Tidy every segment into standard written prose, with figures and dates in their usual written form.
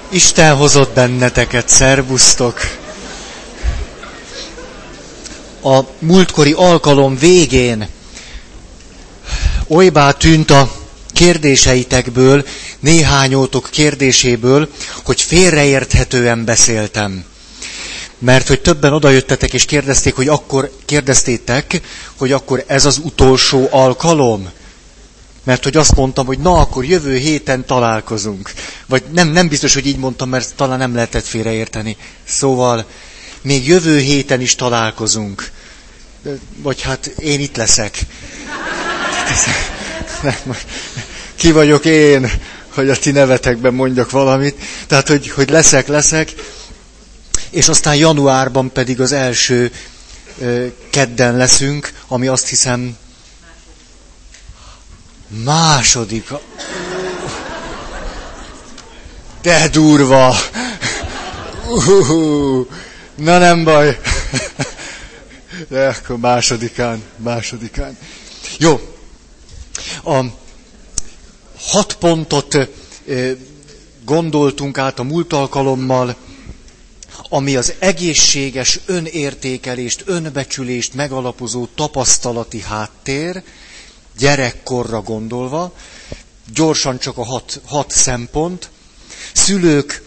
Isten hozott benneteket, szervusztok! A múltkori alkalom végén olybá tűnt a kérdéseitekből, néhányótok kérdéséből, hogy félreérthetően beszéltem. Mert hogy többen odajöttetek és kérdeztétek, hogy akkor ez az utolsó alkalom. Mert hogy azt mondtam, hogy na, akkor jövő héten találkozunk. Vagy nem biztos, hogy így mondtam, mert talán nem lehetett félreérteni. Szóval még jövő héten is találkozunk. Vagy hát én itt leszek. Ki vagyok én, hogy a ti nevetekben mondjak valamit. Tehát, hogy leszek. És aztán januárban pedig az első kedden leszünk, ami azt hiszem második. De durva! Na nem baj. De akkor másodikán. Jó. A 6 pontot gondoltunk át a múlt alkalommal, ami az egészséges önértékelést, önbecsülést megalapozó tapasztalati háttér, gyerekkorra gondolva, gyorsan csak a 6 szempont. Szülők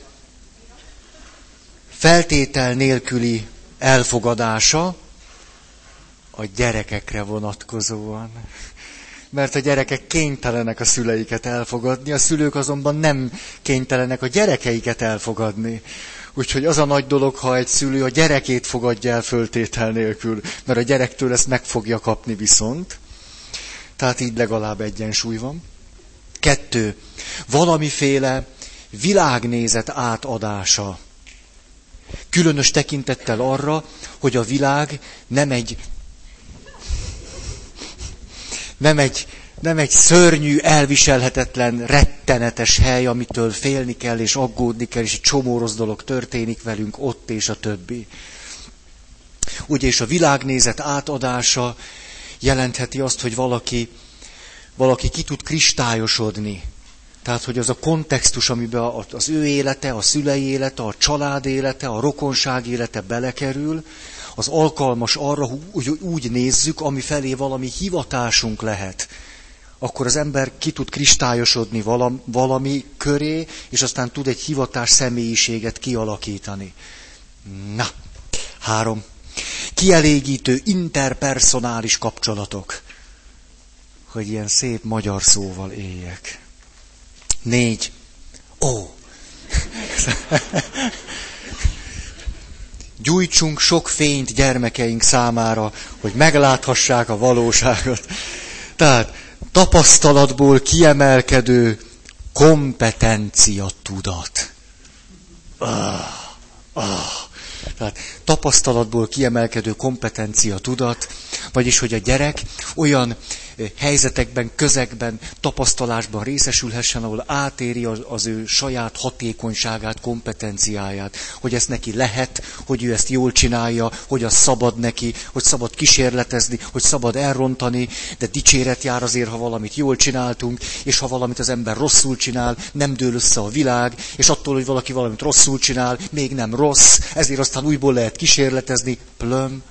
feltétel nélküli elfogadása a gyerekekre vonatkozóan. Mert a gyerekek kénytelenek a szüleiket elfogadni, a szülők azonban nem kénytelenek a gyerekeiket elfogadni. Úgyhogy az a nagy dolog, ha egy szülő a gyerekét fogadja el föltétel nélkül, mert a gyerektől ezt meg fogja kapni viszont. Tehát így legalább egyensúly van. 2. Valamiféle világnézet átadása. Különös tekintettel arra, hogy a világ nem egy szörnyű, elviselhetetlen, rettenetes hely, amitől félni kell és aggódni kell, és egy csomó rossz dolog történik velünk ott és a többi. Ugye, és a világnézet átadása jelentheti azt, hogy valaki ki tud kristályosodni. Tehát, hogy az a kontextus, amiben az ő élete, a szülei élete, a család élete, a rokonság élete belekerül, az alkalmas arra, hogy úgy nézzük, ami felé valami hivatásunk lehet. Akkor az ember ki tud kristályosodni valami köré, és aztán tud egy hivatás személyiséget kialakítani. Na, 3. Kielégítő interpersonális kapcsolatok. Hogy ilyen szép magyar szóval éljek. 4. Gyújtsunk sok fényt gyermekeink számára, hogy megláthassák a valóságot. Tehát tapasztalatból kiemelkedő kompetencia tudat. Tehát tapasztalatból kiemelkedő kompetencia tudat, vagyis hogy a gyerek olyan helyzetekben, közegben, tapasztalásban részesülhessen, ahol átéri az ő saját hatékonyságát, kompetenciáját, hogy ezt neki lehet, hogy ő ezt jól csinálja, hogy az szabad neki, hogy szabad kísérletezni, hogy szabad elrontani, de dicséret jár azért, ha valamit jól csináltunk, és ha valamit az ember rosszul csinál, nem dől össze a világ, és attól, hogy valaki valamit rosszul csinál, még nem rossz, ezért aztán újból lehet kísérletezni, plöm.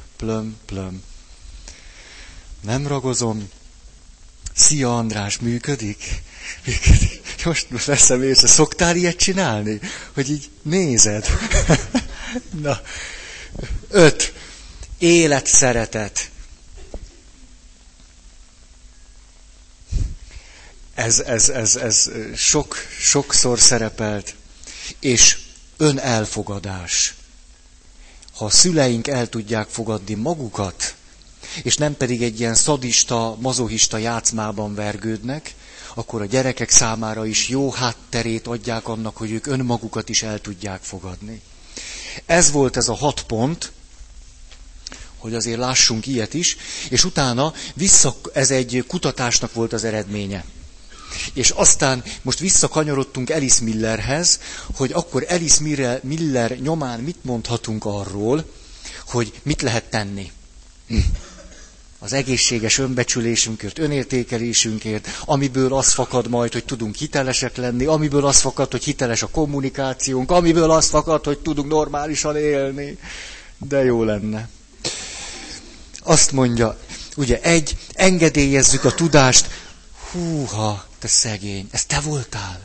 Nem ragozom. Szia András, működik? Most veszem észre, szoktál ilyet csinálni? Hogy így nézed? Na. 5. Életszeretet. Ez sokszor szerepelt. És önelfogadás. Ha a szüleink el tudják fogadni magukat, és nem pedig egy ilyen szadista, mazohista játszmában vergődnek, akkor a gyerekek számára is jó hátterét adják annak, hogy ők önmagukat is el tudják fogadni. Ez volt ez a 6 pont, hogy azért lássunk ilyet is, és utána ez egy kutatásnak volt az eredménye. És aztán most visszakanyarodtunk Alice Millerhez, hogy akkor Alice Miller nyomán mit mondhatunk arról, hogy mit lehet tenni. Az egészséges önbecsülésünkért, önértékelésünkért, amiből az fakad majd, hogy tudunk hitelesek lenni, amiből az fakad, hogy hiteles a kommunikációnk, amiből az fakad, hogy tudunk normálisan élni. De jó lenne. Azt mondja, ugye engedélyezzük a tudást. Húha, te szegény, ez te voltál?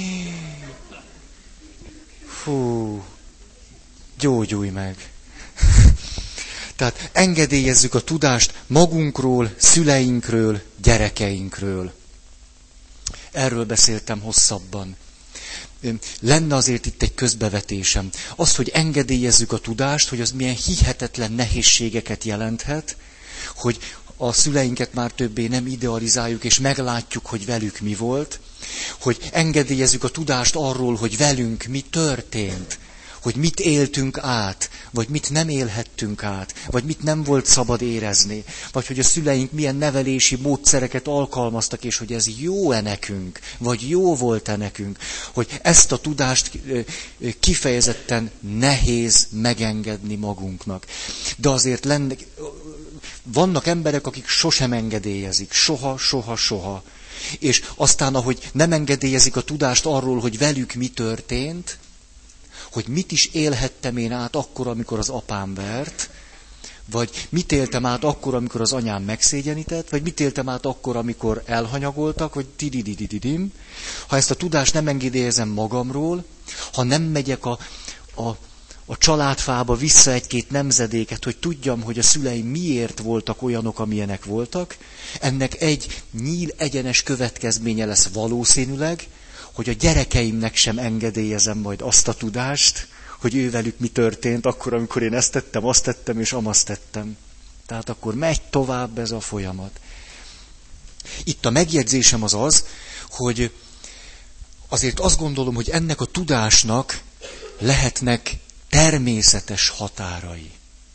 Hú, gyógyulj meg. Tehát engedélyezzük a tudást magunkról, szüleinkről, gyerekeinkről. Erről beszéltem hosszabban. Lenne azért itt egy közbevetésem. Az, hogy engedélyezzük a tudást, hogy az milyen hihetetlen nehézségeket jelenthet, hogy a szüleinket már többé nem idealizáljuk, és meglátjuk, hogy velük mi volt, hogy engedélyezzük a tudást arról, hogy velünk mi történt, hogy mit éltünk át, vagy mit nem élhettünk át, vagy mit nem volt szabad érezni, vagy hogy a szüleink milyen nevelési módszereket alkalmaztak, és hogy ez jó-e nekünk, vagy jó volt-e nekünk, hogy ezt a tudást kifejezetten nehéz megengedni magunknak. De azért vannak emberek, akik sosem engedélyezik, soha. És aztán, ahogy nem engedélyezik a tudást arról, hogy velük mi történt, hogy mit is élhettem én át akkor, amikor az apám vert, vagy mit éltem át akkor, amikor az anyám megszégyenített, vagy mit éltem át akkor, amikor elhanyagoltak, vagy dididididim. Ha ezt a tudást nem engedélyezem magamról, ha nem megyek a családfába vissza egy-két nemzedéket, hogy tudjam, hogy a szüleim miért voltak olyanok, amilyenek voltak, ennek egy nyíl egyenes következménye lesz valószínűleg, hogy a gyerekeimnek sem engedélyezem majd azt a tudást, hogy ővelük mi történt akkor, amikor én ezt tettem, azt tettem és amazt tettem. Tehát akkor megy tovább ez a folyamat. Itt a megjegyzésem az, hogy azért azt gondolom, hogy ennek a tudásnak lehetnek természetes határai.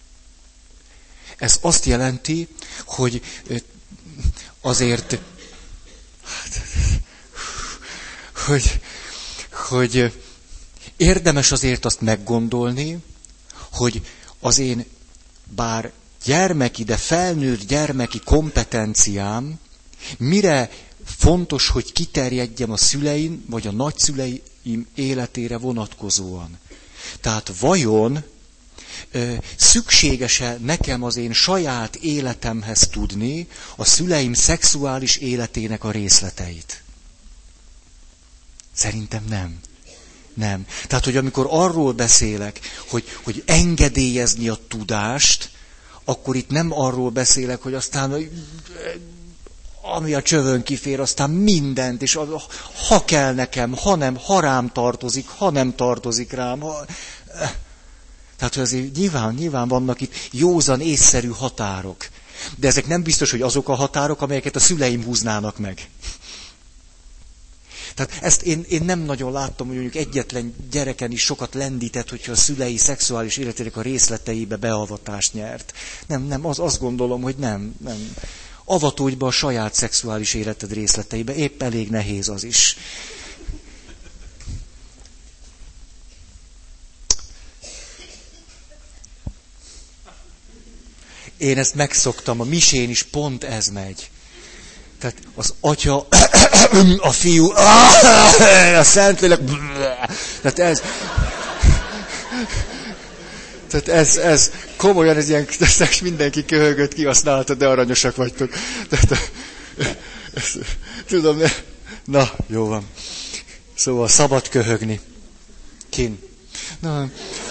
Ez azt jelenti, hogy azért, hogy érdemes azért azt meggondolni, hogy az én bár gyermeki, de felnőtt gyermeki kompetenciám mire fontos, hogy kiterjedjem a szüleim vagy a nagyszüleim életére vonatkozóan. Tehát vajon szükséges-e nekem az én saját életemhez tudni a szüleim szexuális életének a részleteit? Szerintem nem. Nem. Tehát, hogy amikor arról beszélek, hogy engedélyezni a tudást, akkor itt nem arról beszélek, hogy aztán ami a csövön kifér, aztán mindent, és ha kell nekem, ha nem, ha rám tartozik, ha nem tartozik rám. Tehát, hogy azért nyilván vannak itt józan, észszerű határok. De ezek nem biztos, hogy azok a határok, amelyeket a szüleim húznának meg. Tehát ezt én nem nagyon láttam, hogy mondjuk egyetlen gyereken is sokat lendített, hogyha a szülei szexuális életének a részleteibe beavatást nyert. Nem, azt gondolom, hogy nem. Avatódj be a saját szexuális életed részleteibe, épp elég nehéz az is. Én ezt megszoktam, a misén is pont ez megy. Tehát az atya, a fiú, a Szentlélek, tehát ez komolyan, ez ilyen, mindenki köhögött, kihasználta, de aranyosak vagytok. Tehát, tudom, na, jó van. Szóval szabad köhögni. Kin. Na.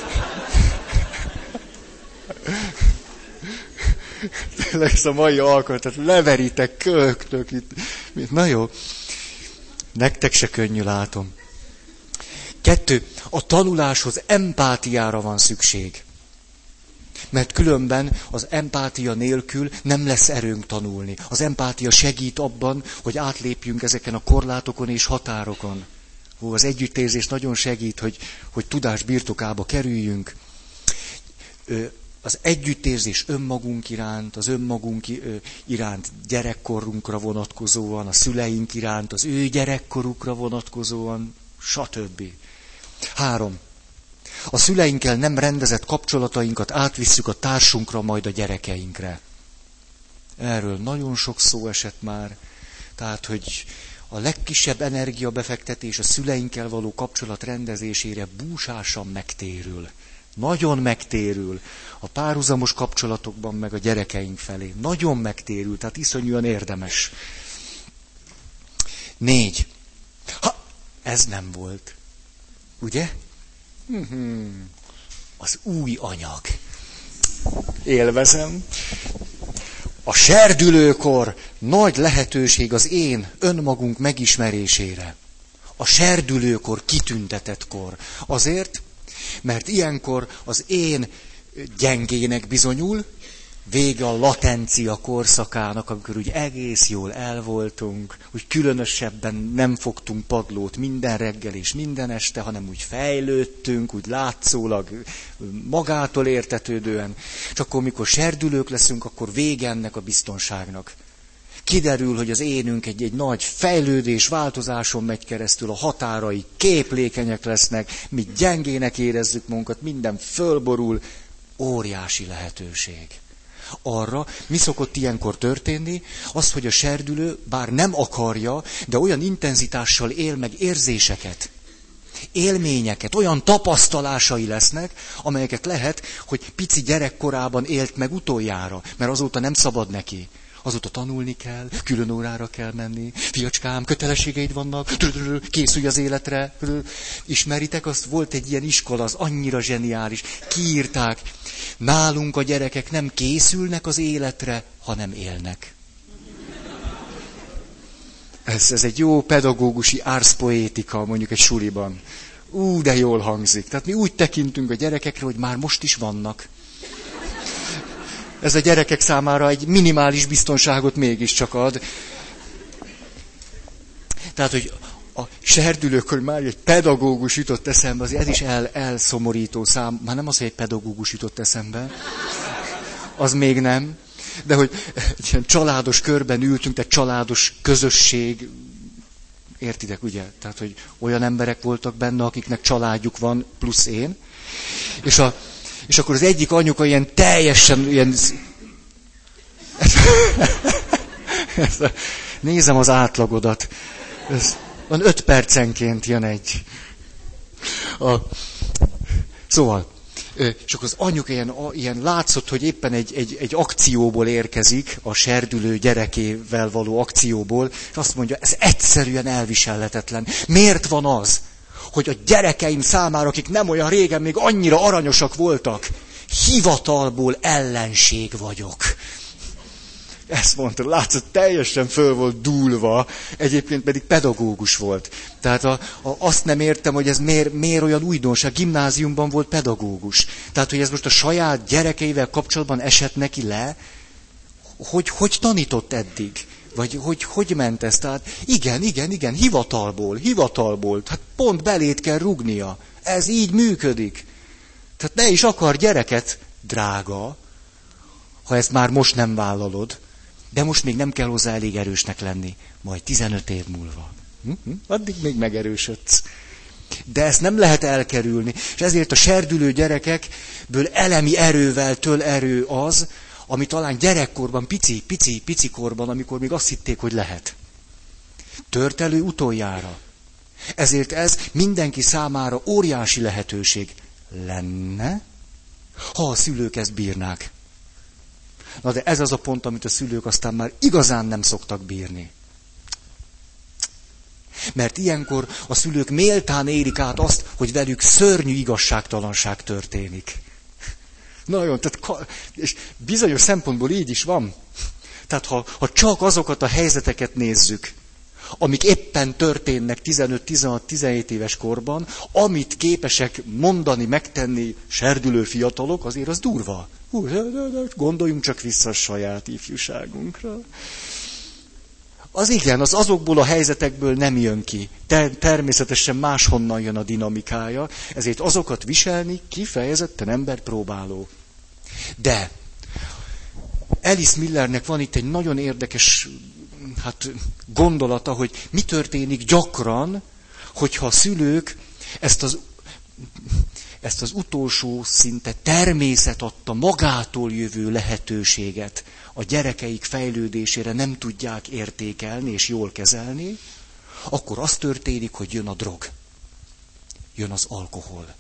Tényleg ez a mai alkalom, tehát leveritek, köhögtök itt. Na jó. Nektek se könnyű, látom. 2. A tanuláshoz empátiára van szükség. Mert különben az empátia nélkül nem lesz erőnk tanulni. Az empátia segít abban, hogy átlépjünk ezeken a korlátokon és határokon. Az együttérzés nagyon segít, hogy tudás birtokába kerüljünk. Az együttérzés önmagunk iránt, az önmagunk iránt gyerekkorunkra vonatkozóan, a szüleink iránt, az ő gyerekkorukra vonatkozóan, stb. 3. A szüleinkkel nem rendezett kapcsolatainkat átvisszük a társunkra, majd a gyerekeinkre. Erről nagyon sok szó esett már. Tehát, hogy a legkisebb energiabefektetés a szüleinkkel való kapcsolat rendezésére búsásan megtérül. Nagyon megtérül. A párhuzamos kapcsolatokban meg a gyerekeink felé. Nagyon megtérül, tehát iszonyúan érdemes. 4. Ez nem volt. Ugye? Az új anyag. Élvezem. A serdülőkor nagy lehetőség az én önmagunk megismerésére. A serdülőkor kitüntetett kor. Azért, mert ilyenkor az én gyengének bizonyul, vége a latencia korszakának, amikor úgy egész jól elvoltunk, úgy különösebben nem fogtunk padlót minden reggel és minden este, hanem úgy fejlődtünk, úgy látszólag magától értetődően. És akkor, mikor serdülők leszünk, akkor vége ennek a biztonságnak. Kiderül, hogy az énünk egy nagy fejlődés, változáson megy keresztül, a határai képlékenyek lesznek, mi gyengének érezzük magunkat, minden fölborul, óriási lehetőség. Arra, mi szokott ilyenkor történni, az, hogy a serdülő bár nem akarja, de olyan intenzitással él meg érzéseket, élményeket, olyan tapasztalásai lesznek, amelyeket lehet, hogy pici gyerekkorában élt meg utoljára, mert azóta nem szabad neki. Azóta tanulni kell, külön órára kell menni, fiacskám, kötelességeid vannak, készülj az életre. Ismeritek, azt volt egy ilyen iskola, az annyira zseniális. Kiírták, nálunk a gyerekek nem készülnek az életre, hanem élnek. Ez egy jó pedagógusi árszpoétika, mondjuk egy suliban. De jól hangzik. Tehát mi úgy tekintünk a gyerekekre, hogy már most is vannak. Ez a gyerekek számára egy minimális biztonságot mégiscsak ad. Tehát, hogy a serdülőkor már egy pedagógus jutott eszembe, azért ez is elszomorító szám. Már nem az, hogy egy pedagógus jutott eszembe. Az még nem. De hogy egy ilyen családos körben ültünk, tehát családos közösség. Értitek, ugye? Tehát, hogy olyan emberek voltak benne, akiknek családjuk van, plusz én. És akkor az egyik anyuka ilyen teljesen ilyen... Nézem az átlagodat. Van 5 percenként jön egy. Szóval, és akkor az anyuka ilyen látszott, hogy éppen egy akcióból érkezik, a serdülő gyerekével való akcióból, és azt mondja, ez egyszerűen elviselhetetlen. Miért van az, hogy a gyerekeim számára, akik nem olyan régen még annyira aranyosak voltak, hivatalból ellenség vagyok. Ezt mondta, látszott, teljesen föl volt dúlva, egyébként pedig pedagógus volt. Tehát azt nem értem, hogy ez miért olyan újdonság, gimnáziumban volt pedagógus. Tehát, hogy ez most a saját gyerekeivel kapcsolatban esett neki le, hogy tanított eddig? Vagy hogy ment ez? Tehát igen, hivatalból. Hát pont belét kell rugnia. Ez így működik. Tehát ne is akar gyereket, drága, ha ezt már most nem vállalod. De most még nem kell hozzá elég erősnek lenni. Majd 15 év múlva. Addig még megerősödsz. De ezt nem lehet elkerülni. És ezért a serdülő gyerekekből elemi erővel töl erő az, ami talán gyerekkorban, pici korban, amikor még azt hitték, hogy lehet. Tört elő utoljára. Ezért ez mindenki számára óriási lehetőség lenne, ha a szülők ezt bírnák. Na de ez az a pont, amit a szülők aztán már igazán nem szoktak bírni. Mert ilyenkor a szülők méltán érik át azt, hogy velük szörnyű igazságtalanság történik. Nagyon, tehát, és bizonyos szempontból így is van. Tehát ha csak azokat a helyzeteket nézzük, amik éppen történnek 15-16-17 éves korban, amit képesek mondani, megtenni serdülő fiatalok, azért az durva. Gondoljunk csak vissza a saját ifjúságunkra. Az igen, az azokból a helyzetekből nem jön ki. Természetesen máshonnan jön a dinamikája, ezért azokat viselni kifejezetten emberpróbáló. De Alice Millernek van itt egy nagyon érdekes gondolata, hogy mi történik gyakran, hogyha a szülők ezt az utolsó szinte természet adta magától jövő lehetőséget a gyerekeik fejlődésére nem tudják értékelni és jól kezelni, akkor az történik, hogy jön a drog. Jön az alkohol.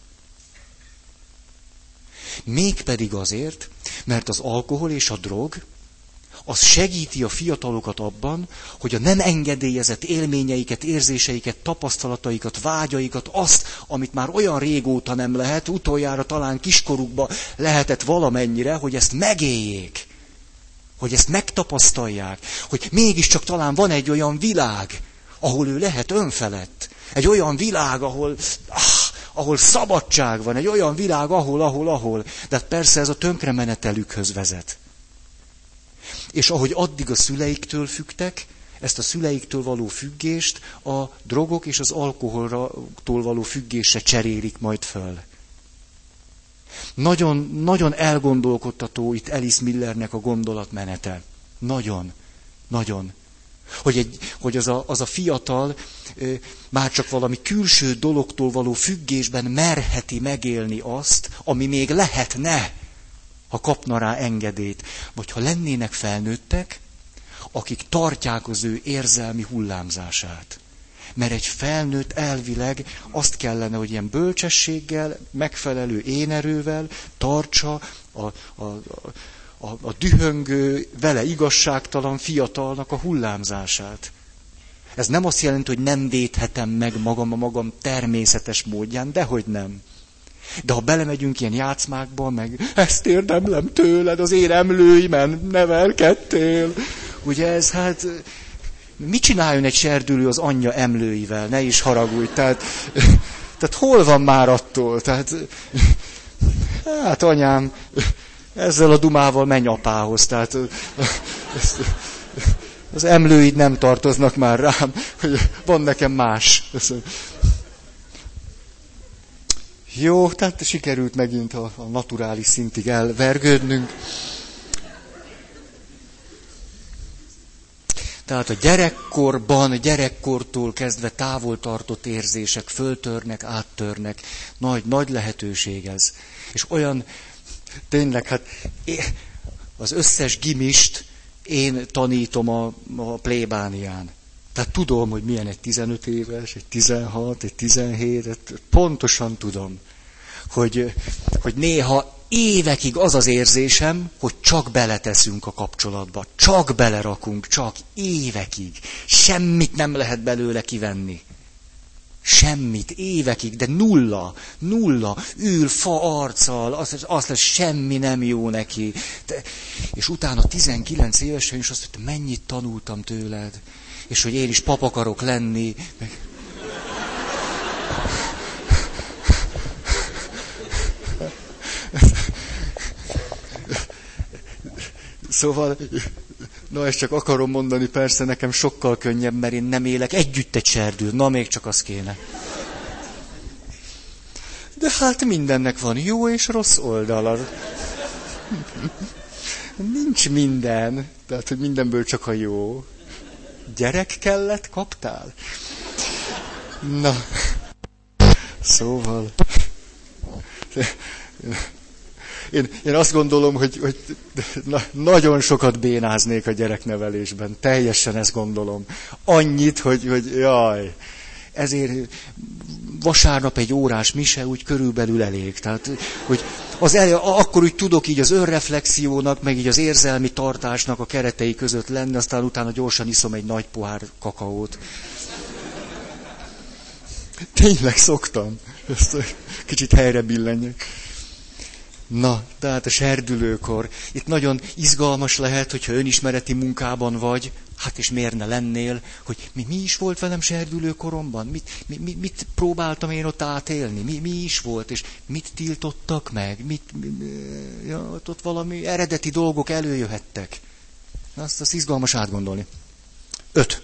Mégpedig azért, mert az alkohol és a drog, az segíti a fiatalokat abban, hogy a nem engedélyezett élményeiket, érzéseiket, tapasztalataikat, vágyaikat, azt, amit már olyan régóta nem lehet, utoljára talán kiskorukban lehetett valamennyire, hogy ezt megéljék, hogy ezt megtapasztalják, hogy mégiscsak talán van egy olyan világ, ahol ő lehet önfelett. Egy olyan világ, ahol szabadság van, egy olyan világ, ahol. De persze ez a tönkremenetelükhöz vezet. És ahogy addig a szüleiktől függtek, ezt a szüleiktől való függést a drogok és az alkoholtól való függésre cserélik majd föl. Nagyon, nagyon elgondolkodtató itt Alice Millernek a gondolatmenete. Nagyon, nagyon. Hogy az a fiatal már csak valami külső dologtól való függésben merheti megélni azt, ami még lehetne, ha kapna rá engedélyt. Vagy ha lennének felnőttek, akik tartják az ő érzelmi hullámzását. Mert egy felnőtt elvileg azt kellene, hogy ilyen bölcsességgel, megfelelő énerővel tartsa a dühöngő, vele igazságtalan fiatalnak a hullámzását. Ez nem azt jelenti, hogy nem védhetem meg magam a magam természetes módján, dehogy nem. De ha belemegyünk ilyen játszmákba, meg ezt érdemlem tőled, az én emlőimen nevelkedtél. Ugye ez hát... Mit csináljon egy serdülő az anyja emlőivel? Ne is haragudj. Tehát hol van már attól? Tehát, hát anyám, ezzel a dumával menj apához. Tehát az emlőid nem tartoznak már rám. Van nekem más. Jó, tehát sikerült megint a naturális szintig elvergődnünk. Tehát a gyerekkortól kezdve távol tartott érzések föltörnek, áttörnek. Nagy lehetőség ez. És olyan, tényleg, hát az összes gimist én tanítom a plébánián. Tehát tudom, hogy milyen egy 15 éves, egy 16, egy 17, pontosan tudom, hogy néha évekig az az érzésem, hogy csak beleteszünk a kapcsolatba, csak belerakunk, csak évekig. Semmit nem lehet belőle kivenni. Semmit, évekig, de nulla, ül fa arccal, azt lesz, semmi nem jó neki. És utána 19 évesen is azt mondta, mennyit tanultam tőled, és hogy én is pap akarok lenni. Szóval, ezt csak akarom mondani, persze nekem sokkal könnyebb, mert én nem élek együtt egy serdül. Na, még csak az kéne. De hát mindennek van jó és rossz oldala. Nincs minden. Tehát, hogy mindenből csak a jó. Gyerek kellett, kaptál? Na. Szóval... Én azt gondolom, hogy nagyon sokat bénáznék a gyereknevelésben. Teljesen ezt gondolom. Annyit, hogy jaj. Ezért vasárnap egy órás mise úgy körülbelül elég. Tehát, hogy akkor úgy tudok így az önreflexiónak, meg így az érzelmi tartásnak a keretei között lenni, aztán utána gyorsan iszom egy nagy pohár kakaót. Tényleg szoktam. Ezt kicsit helyre billenjek. Na, tehát a serdülőkor. Itt nagyon izgalmas lehet, hogyha önismereti munkában vagy, hát és miért ne lennél, hogy mi is volt velem serdülőkoromban? Mit próbáltam én ott átélni? Mi is volt? És mit tiltottak meg? Ott valami eredeti dolgok előjöhettek. Azt izgalmas átgondolni. 5.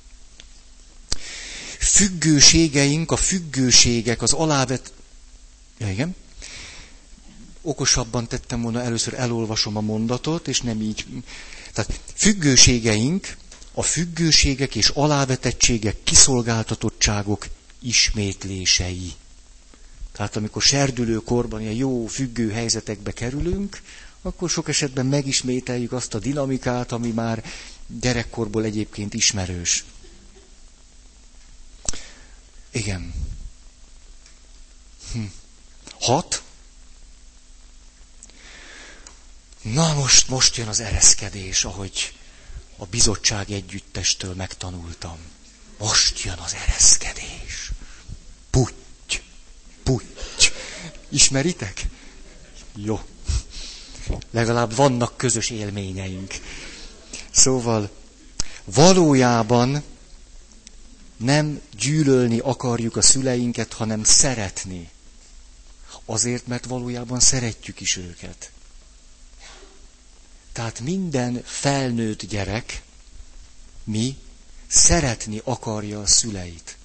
Függőségeink, a függőségek, az alávet... Ja, igen. Okosabban tettem volna, először elolvasom a mondatot, és nem így. Tehát függőségeink, a függőségek és alávetettségek, kiszolgáltatottságok ismétlései. Tehát amikor serdülőkorban ilyen jó függő helyzetekbe kerülünk, akkor sok esetben megismételjük azt a dinamikát, ami már gyerekkorból egyébként ismerős. Igen. 6. Na most jön az ereszkedés, ahogy a bizottság együttestől megtanultam. Most jön az ereszkedés. Putty. Ismeritek? Jó. Legalább vannak közös élményeink. Szóval valójában nem gyűlölni akarjuk a szüleinket, hanem szeretni. Azért, mert valójában szeretjük is őket. Tehát minden felnőtt gyerek, szeretni akarja a szüleit.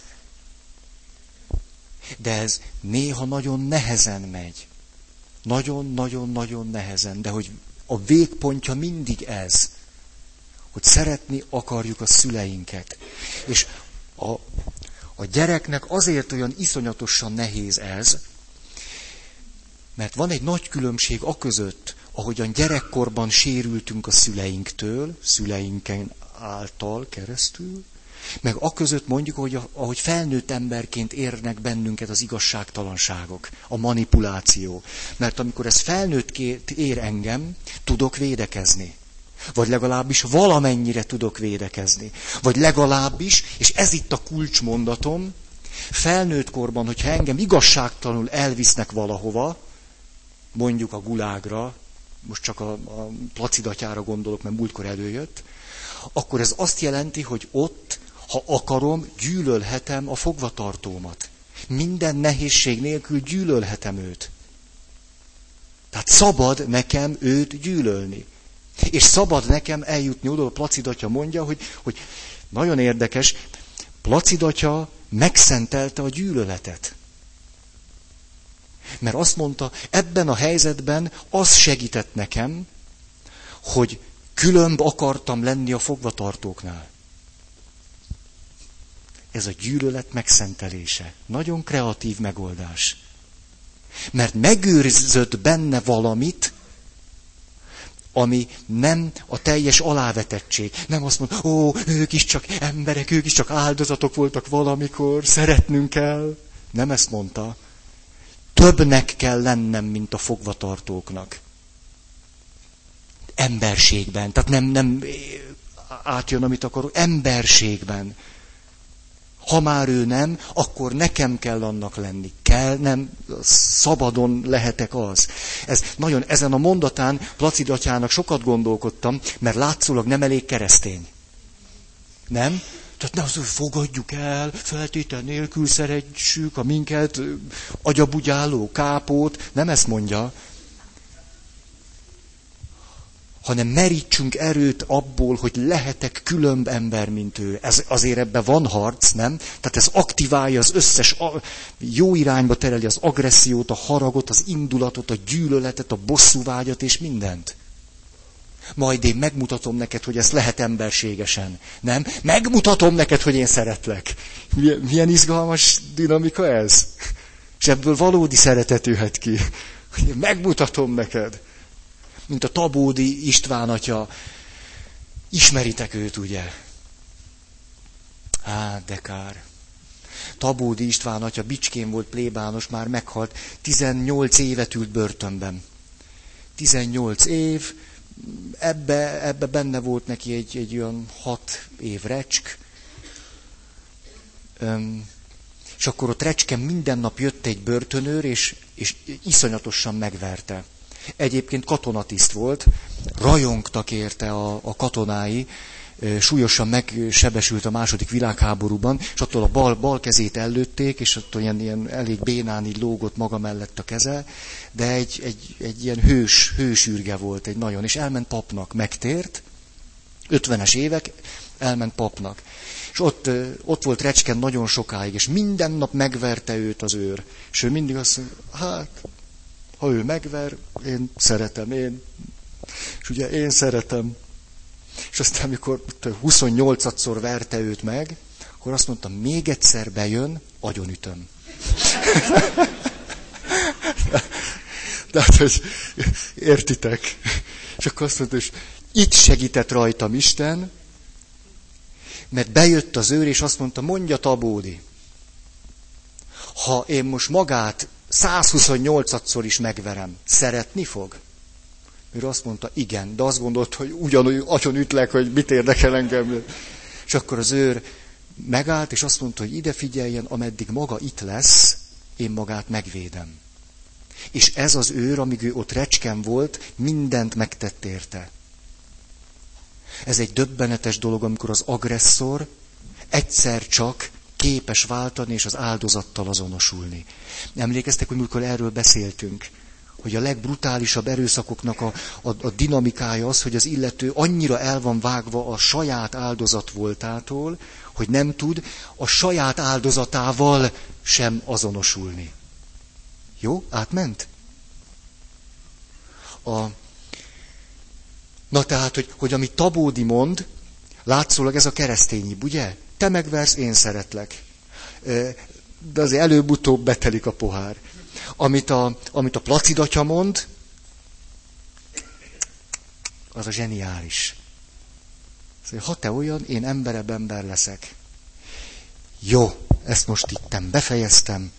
De ez néha nagyon nehezen megy. Nagyon-nagyon-nagyon nehezen, de hogy a végpontja mindig ez, hogy szeretni akarjuk a szüleinket. És a gyereknek azért olyan iszonyatosan nehéz ez, mert van egy nagy különbség aközött, ahogyan gyerekkorban sérültünk a szüleinktől, szüleinken által keresztül, meg aközött mondjuk, ahogy felnőtt emberként érnek bennünket az igazságtalanságok, a manipuláció. Mert amikor ez felnőttként ér engem, tudok védekezni. Vagy legalábbis valamennyire tudok védekezni. Vagy legalábbis, és ez itt a kulcsmondatom, felnőtt korban, hogyha engem igazságtalanul elvisznek valahova, mondjuk a gulágra, most csak a placidatyára gondolok, mert múltkor előjött, akkor ez azt jelenti, hogy ott, ha akarom, gyűlölhetem a fogvatartómat. Minden nehézség nélkül gyűlölhetem őt. Tehát szabad nekem őt gyűlölni. És szabad nekem eljutni oda, a placidatya mondja, hogy nagyon érdekes, placidatya megszentelte a gyűlöletet. Mert azt mondta, ebben a helyzetben az segített nekem, hogy különb akartam lenni a fogvatartóknál. Ez a gyűlölet megszentelése. Nagyon kreatív megoldás. Mert megőrzött benne valamit, ami nem a teljes alávetettség. Nem azt mondja, ők is csak emberek, ők is csak áldozatok voltak valamikor, szeretnünk kell. Nem ezt mondta. Többnek kell lennem, mint a fogvatartóknak. Emberségben. Tehát nem átjön, amit akarok. Emberségben. Ha már ő nem, akkor nekem kell annak lenni. Kell, nem, szabadon lehetek az. Ezen a mondatán Placidatyának sokat gondolkodtam, mert látszólag nem elég keresztény. Nem? Tehát ne az, hogy fogadjuk el, feltétel nélkül szeressük a minket agyabugyáló kápót, nem ezt mondja, hanem merítsünk erőt abból, hogy lehetek különb ember, mint ő. Azért ebben van harc, nem? Tehát ez aktiválja az összes, jó irányba tereli az agressziót, a haragot, az indulatot, a gyűlöletet, a bosszúvágyat és mindent. Majd én megmutatom neked, hogy ezt lehet emberségesen. Nem? Megmutatom neked, hogy én szeretlek. Milyen izgalmas dinamika ez? És ebből valódi szeretet jöhet ki. Megmutatom neked. Mint a Tabódi István atya. Ismeritek őt, ugye? De kár. Tabódi István atya Bicskén volt plébános, már meghalt. 18 évet ült börtönben. 18 év, ebbe benne volt neki egy olyan 6 év recsk. És akkor ott recsken minden nap jött egy börtönőr, és iszonyatosan megverte. Egyébként katonatiszt volt, rajongtak érte a katonái, súlyosan megsebesült a II. Világháborúban, és attól a bal kezét ellőtték, és attól ilyen elég bénán így lógott maga mellett a keze, de egy ilyen hősürge volt, egy nagyon, és elment papnak, megtért, 50-es évek, elment papnak. És ott volt recsken nagyon sokáig, és minden nap megverte őt az őr. És ő mindig azt mondja, ha ő megver, én szeretem, és ugye én szeretem. És aztán, amikor 28-szor verte őt meg, akkor azt mondta, még egyszer bejön, agyonütöm. Tehát, hogy értitek. És akkor azt mondta, és itt segített rajtam Isten, mert bejött az őr, és azt mondta, mondja Tabódi, ha én most magát 128-szor is megverem, szeretni fog? Ő azt mondta, igen, de azt gondolt, hogy ugyanúgy agyon ütlek, hogy mit érdekel engem. És akkor az őr megállt, és azt mondta, hogy ide figyeljen, ameddig maga itt lesz, én magát megvédem. És ez az őr, amíg ő ott recsken volt, mindent megtett érte. Ez egy döbbenetes dolog, amikor az agresszor egyszer csak képes váltani és az áldozattal azonosulni. Emlékeztek, hogy amikor erről beszéltünk, hogy a legbrutálisabb erőszakoknak a dinamikája az, hogy az illető annyira el van vágva a saját áldozat voltától, hogy nem tud a saját áldozatával sem azonosulni. Jó? Átment? Na tehát, hogy amit Tabódi mond, látszólag ez a keresztényibb, ugye? Te megversz, én szeretlek. De azért előbb-utóbb betelik a pohár. Amit a Placid atya mond, az a zseniális. Szóval, ha te olyan, én emberebb ember leszek. Jó, ezt most itten befejeztem.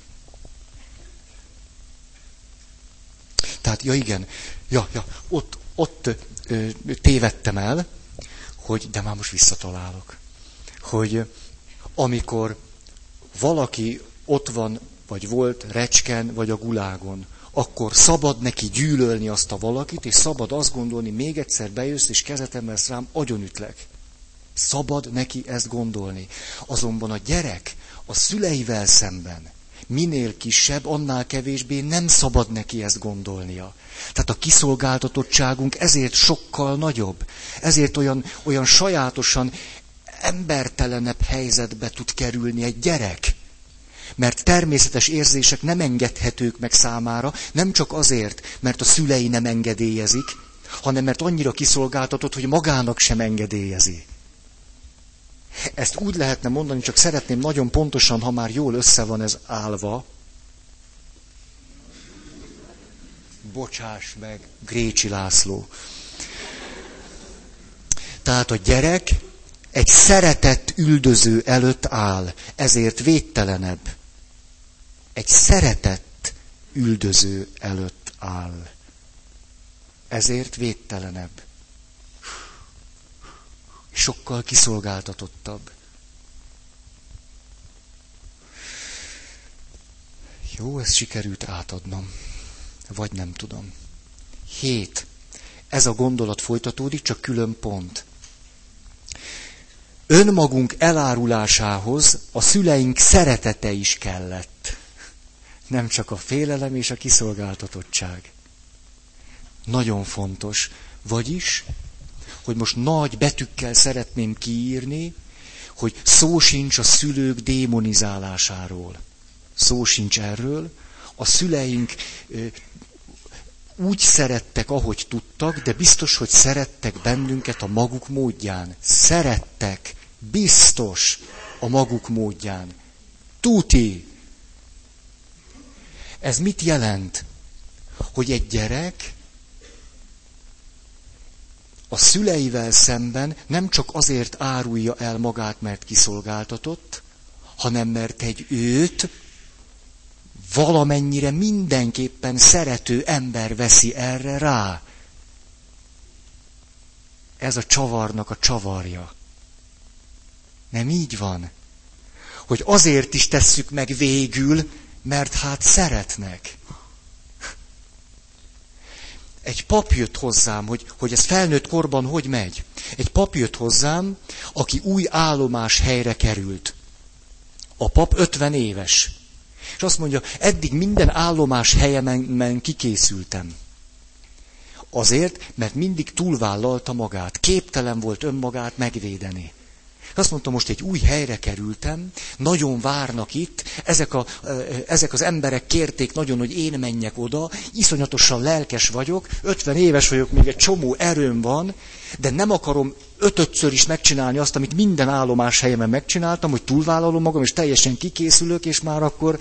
Tehát, ja igen, ott tévedtem el, hogy, de már most visszatalálok, hogy amikor valaki ott van, vagy volt recsken, vagy a gulágon, akkor szabad neki gyűlölni azt a valakit, és szabad azt gondolni, még egyszer bejössz, és kezet emelsz rám, agyonütlek. Szabad neki ezt gondolni. Azonban a gyerek a szüleivel szemben minél kisebb, annál kevésbé nem szabad neki ezt gondolnia. Tehát a kiszolgáltatottságunk ezért sokkal nagyobb. Ezért olyan sajátosan embertelenebb helyzetbe tud kerülni egy gyerek. Mert természetes érzések nem engedhetők meg számára, nem csak azért, mert a szülei nem engedélyezik, hanem mert annyira kiszolgáltatott, hogy magának sem engedélyezi. Ezt úgy lehetne mondani, csak szeretném nagyon pontosan, ha már jól össze van ez állva. Bocsáss meg, Grécsi László. Tehát a gyerek egy szeretett üldöző előtt áll, ezért védtelenebb. Egy szeretett üldöző előtt áll. Ezért védtelenebb. Sokkal kiszolgáltatottabb. Jó, ezt sikerült átadnom. Vagy nem tudom. 7. Ez a gondolat folytatódik, csak külön pont. Önmagunk elárulásához a szüleink szeretete is kellett. Nem csak a félelem és a kiszolgáltatottság. Nagyon fontos. Vagyis, hogy most nagy betűkkel szeretném kiírni, hogy szó sincs a szülők démonizálásáról. Szó sincs erről. A szüleink úgy szerettek, ahogy tudtak, de biztos, hogy szerettek bennünket a maguk módján. Szerettek, biztos a maguk módján. Tuti. Ez mit jelent? Hogy egy gyerek a szüleivel szemben nem csak azért árulja el magát, mert kiszolgáltatott, hanem mert egy őt valamennyire mindenképpen szerető ember veszi erre rá. Ez a csavarnak a csavarja. Nem így van? Hogy azért is tesszük meg végül, mert hát szeretnek. Egy pap jött hozzám, hogy ez felnőtt korban hogy megy. Egy pap jött hozzám, aki új állomás helyre került. A pap 50 éves. És azt mondja, eddig minden állomás helyemen kikészültem. Azért, mert mindig túlvállalta magát. Képtelen volt önmagát megvédeni. Azt mondtam, most egy új helyre kerültem, nagyon várnak itt, ezek az emberek kérték nagyon, hogy én menjek oda, iszonyatosan lelkes vagyok, 50 éves vagyok, még egy csomó erőm van, de nem akarom 5-ször is megcsinálni azt, amit minden állomás helyemen megcsináltam, hogy túlvállalom magam, és teljesen kikészülök, és már akkor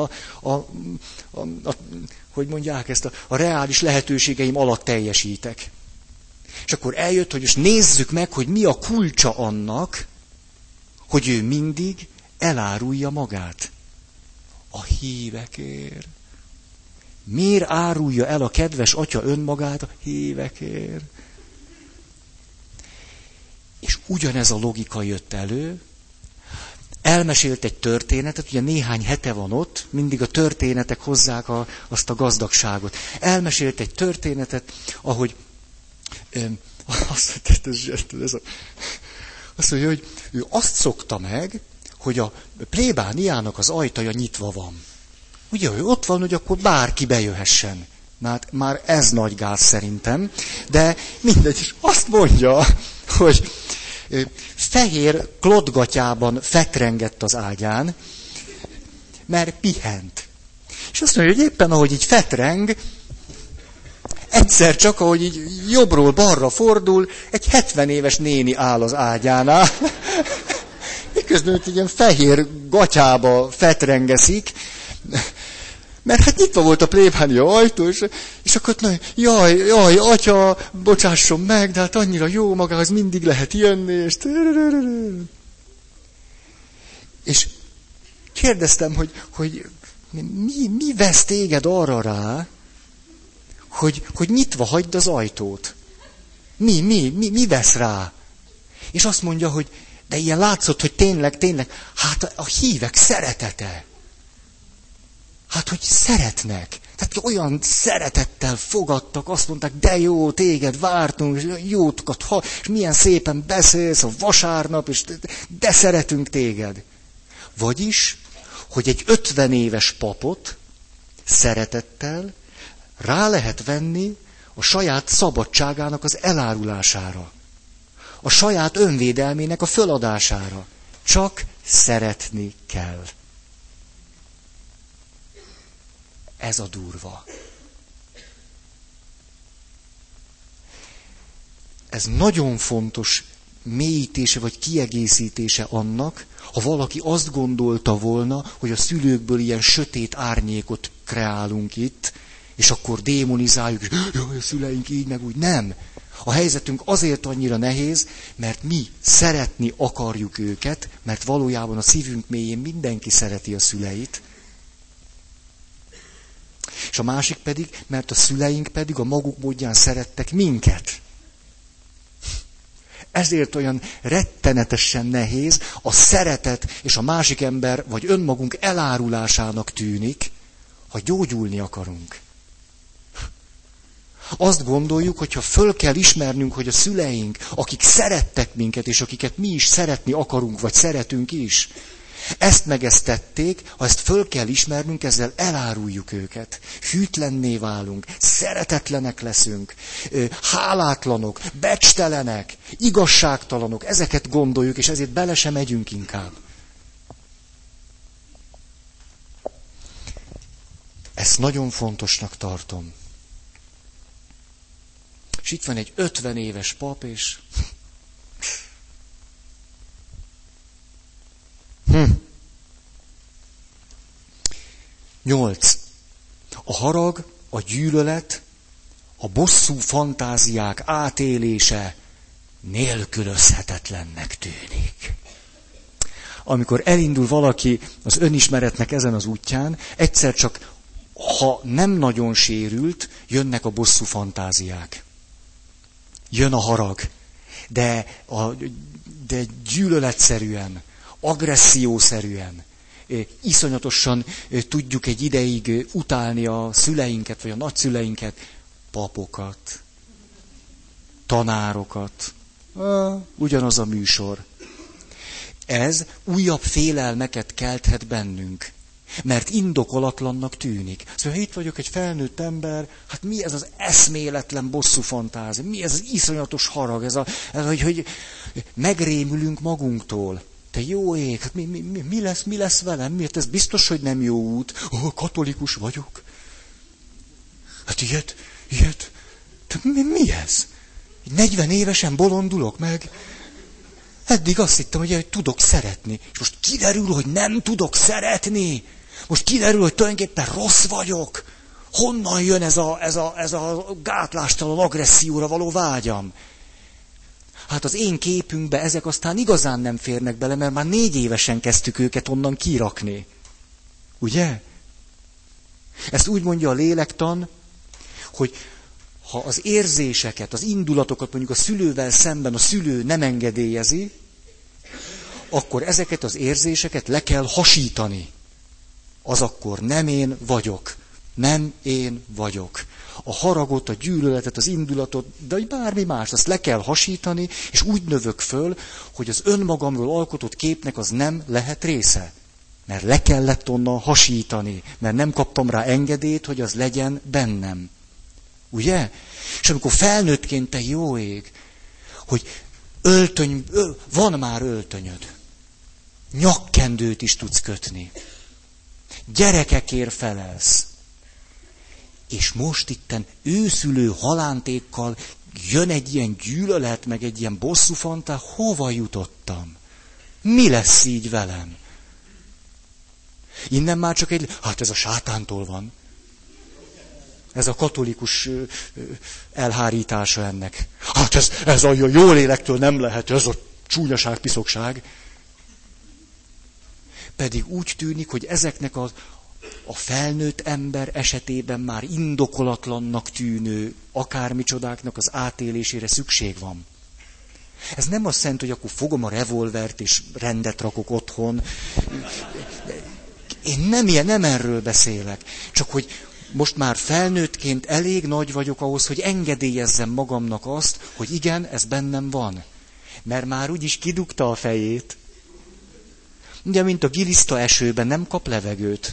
hogy mondják ezt, a reális lehetőségeim alatt teljesítek. És akkor eljött, hogy most nézzük meg, hogy mi a kulcsa annak, hogy ő mindig elárulja magát. A hívekért. Miért árulja el a kedves atya önmagát a hívekért? És ugyanez a logika jött elő. Elmesélt egy történetet, ugye néhány hete van ott, mindig a történetek hozzák azt a gazdagságot. Elmesélt egy történetet, ahogy azt mondja, hogy ő azt szokta meg, hogy a plébániának az ajtaja nyitva van. Ugye, hogy ott van, hogy akkor bárki bejöhessen. Már ez nagy gáz szerintem, de mindegy, és azt mondja, hogy fehér klotgatyában fetrengett az ágyán, mert pihent. És azt mondja, hogy éppen ahogy így fetreng, egyszer csak, ahogy így jobbról balra fordul, egy 70 éves néni áll az ágyánál, miközben egy ilyen fehér gatyába fetrengeszik, mert hát nyitva volt a plébánia ajtó, és akkor jaj, atya, bocsásson meg, de hát annyira jó magához mindig lehet jönni, és kérdeztem, hogy mi vesz téged arra rá, hogy nyitva hagyd az ajtót. Mi vesz rá? És azt mondja, hogy de ilyen látszott, hogy tényleg, hát a hívek szeretete. Hát, hogy szeretnek. Tehát olyan szeretettel fogadtak, azt mondták, de jó, téged vártunk, jótokat, és milyen szépen beszélsz a vasárnap, és de szeretünk téged. Vagyis, hogy egy 50 éves papot szeretettel rá lehet venni a saját szabadságának az elárulására, a saját önvédelmének a föladására. Csak szeretni kell. Ez a durva. Ez nagyon fontos mélyítése vagy kiegészítése annak, ha valaki azt gondolta volna, hogy a szülőkből ilyen sötét árnyékot kreálunk itt, és akkor démonizáljuk, és jaj, a szüleink így meg úgy. Nem. A helyzetünk azért annyira nehéz, mert mi szeretni akarjuk őket, mert valójában a szívünk mélyén mindenki szereti a szüleit. És a másik pedig, mert a szüleink pedig a maguk módján szerettek minket. Ezért olyan rettenetesen nehéz, a szeretet és a másik ember vagy önmagunk elárulásának tűnik, ha gyógyulni akarunk. Azt gondoljuk, hogyha föl kell ismernünk, hogy a szüleink, akik szerettek minket, és akiket mi is szeretni akarunk, vagy szeretünk is, ezt meg ezt tették, ha ezt föl kell ismernünk, ezzel eláruljuk őket. Hűtlenné válunk, szeretetlenek leszünk, hálátlanok, becstelenek, igazságtalanok, ezeket gondoljuk, és ezért bele sem megyünk inkább. Ezt nagyon fontosnak tartom. És itt van egy 50 éves pap, és... 8. A harag, a gyűlölet, a bosszú fantáziák átélése nélkülözhetetlennek tűnik. Amikor elindul valaki az önismeretnek ezen az útján, egyszer csak, ha nem nagyon sérült, jönnek a bosszú fantáziák. Jön a harag, de gyűlöletszerűen, agressziószerűen. Iszonyatosan tudjuk egy ideig utálni a szüleinket, vagy a nagyszüleinket, papokat, tanárokat. Ugyanaz a műsor. Ez újabb félelmeket kelthet bennünk. Mert indokolatlannak tűnik. Szóval itt vagyok egy felnőtt ember, hát mi ez az eszméletlen bosszú fantázia? Mi ez az iszonyatos harag? Ez hogy megrémülünk magunktól. Te jó ég, hát mi lesz velem? Miért ez biztos, hogy nem jó út? Katolikus vagyok. Hát ilyet. Mi ez? 40 évesen bolondulok meg. Eddig azt hittem, hogy tudok szeretni. És most kiderül, hogy nem tudok szeretni. Most kiderül, hogy tulajdonképpen rossz vagyok. Honnan jön ez a gátlástalan agresszióra való vágyam? Hát az én képünkbe ezek aztán igazán nem férnek bele, mert már 4 évesen kezdtük őket onnan kirakni. Ugye? Ezt úgy mondja a lélektan, hogy ha az érzéseket, az indulatokat mondjuk a szülővel szemben a szülő nem engedélyezi, akkor ezeket az érzéseket le kell hasítani. Az akkor nem én vagyok. Nem én vagyok. A haragot, a gyűlöletet, az indulatot, de bármi más, azt le kell hasítani, és úgy növök föl, hogy az önmagamról alkotott képnek az nem lehet része. Mert le kellett onnan hasítani, mert nem kaptam rá engedélyt, hogy az legyen bennem. Ugye? És amikor felnőttként te jó ég, hogy van már öltönyöd, nyakkendőt is tudsz kötni, gyerekekért felelsz, és most itten őszülő halántékkal jön egy ilyen gyűlölet, meg egy ilyen bosszúfantá, hova jutottam? Mi lesz így velem? Innen már csak hát ez a sátántól van. Ez a katolikus elhárítása ennek. Hát ez a jó lélektől nem lehet, ez a csúnyaság, piszokság. Pedig úgy tűnik, hogy ezeknek a felnőtt ember esetében már indokolatlannak tűnő akármicsodáknak az átélésére szükség van. Ez nem azt jelenti, hogy akkor fogom a revolvert és rendet rakok otthon. Én nem erről beszélek. Csak hogy most már felnőttként elég nagy vagyok ahhoz, hogy engedélyezzem magamnak azt, hogy igen, ez bennem van. Mert már úgyis kidugta a fejét. Ugye, mint a giliszta esőben nem kap levegőt.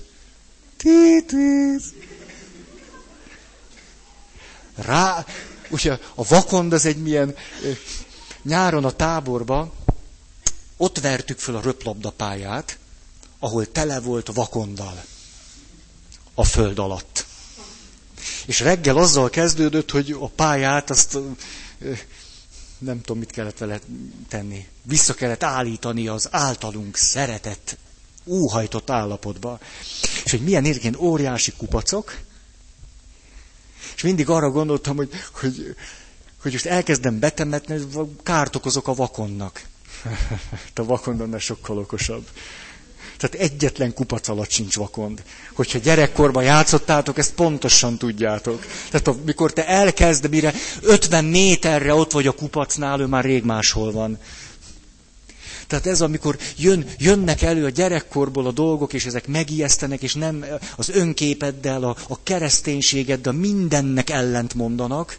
Ugye a vakond az egy milyen... Nyáron a táborba ott vertük föl a röplabdapályát, ahol tele volt vakonddal a föld alatt. És reggel azzal kezdődött, hogy a pályát azt nem tudom, mit kellett vele tenni. Vissza kellett állítani az általunk szeretett, óhajtott állapotba. És hogy milyen érként óriási kupacok. És mindig arra gondoltam, hogy most elkezdem betemetni, hogy kárt okozok a vakonnak. A vakond annál sokkal okosabb. Tehát egyetlen kupac alatt sincs vakond. Hogyha gyerekkorban játszottátok, ezt pontosan tudjátok. Tehát amikor te elkezd, mire 50 méterre ott vagy a kupacnál, ő már rég máshol van. Tehát ez, amikor jönnek elő a gyerekkorból a dolgok, és ezek megijesztenek, és nem az önképeddel, a kereszténységeddel, mindennek ellent mondanak.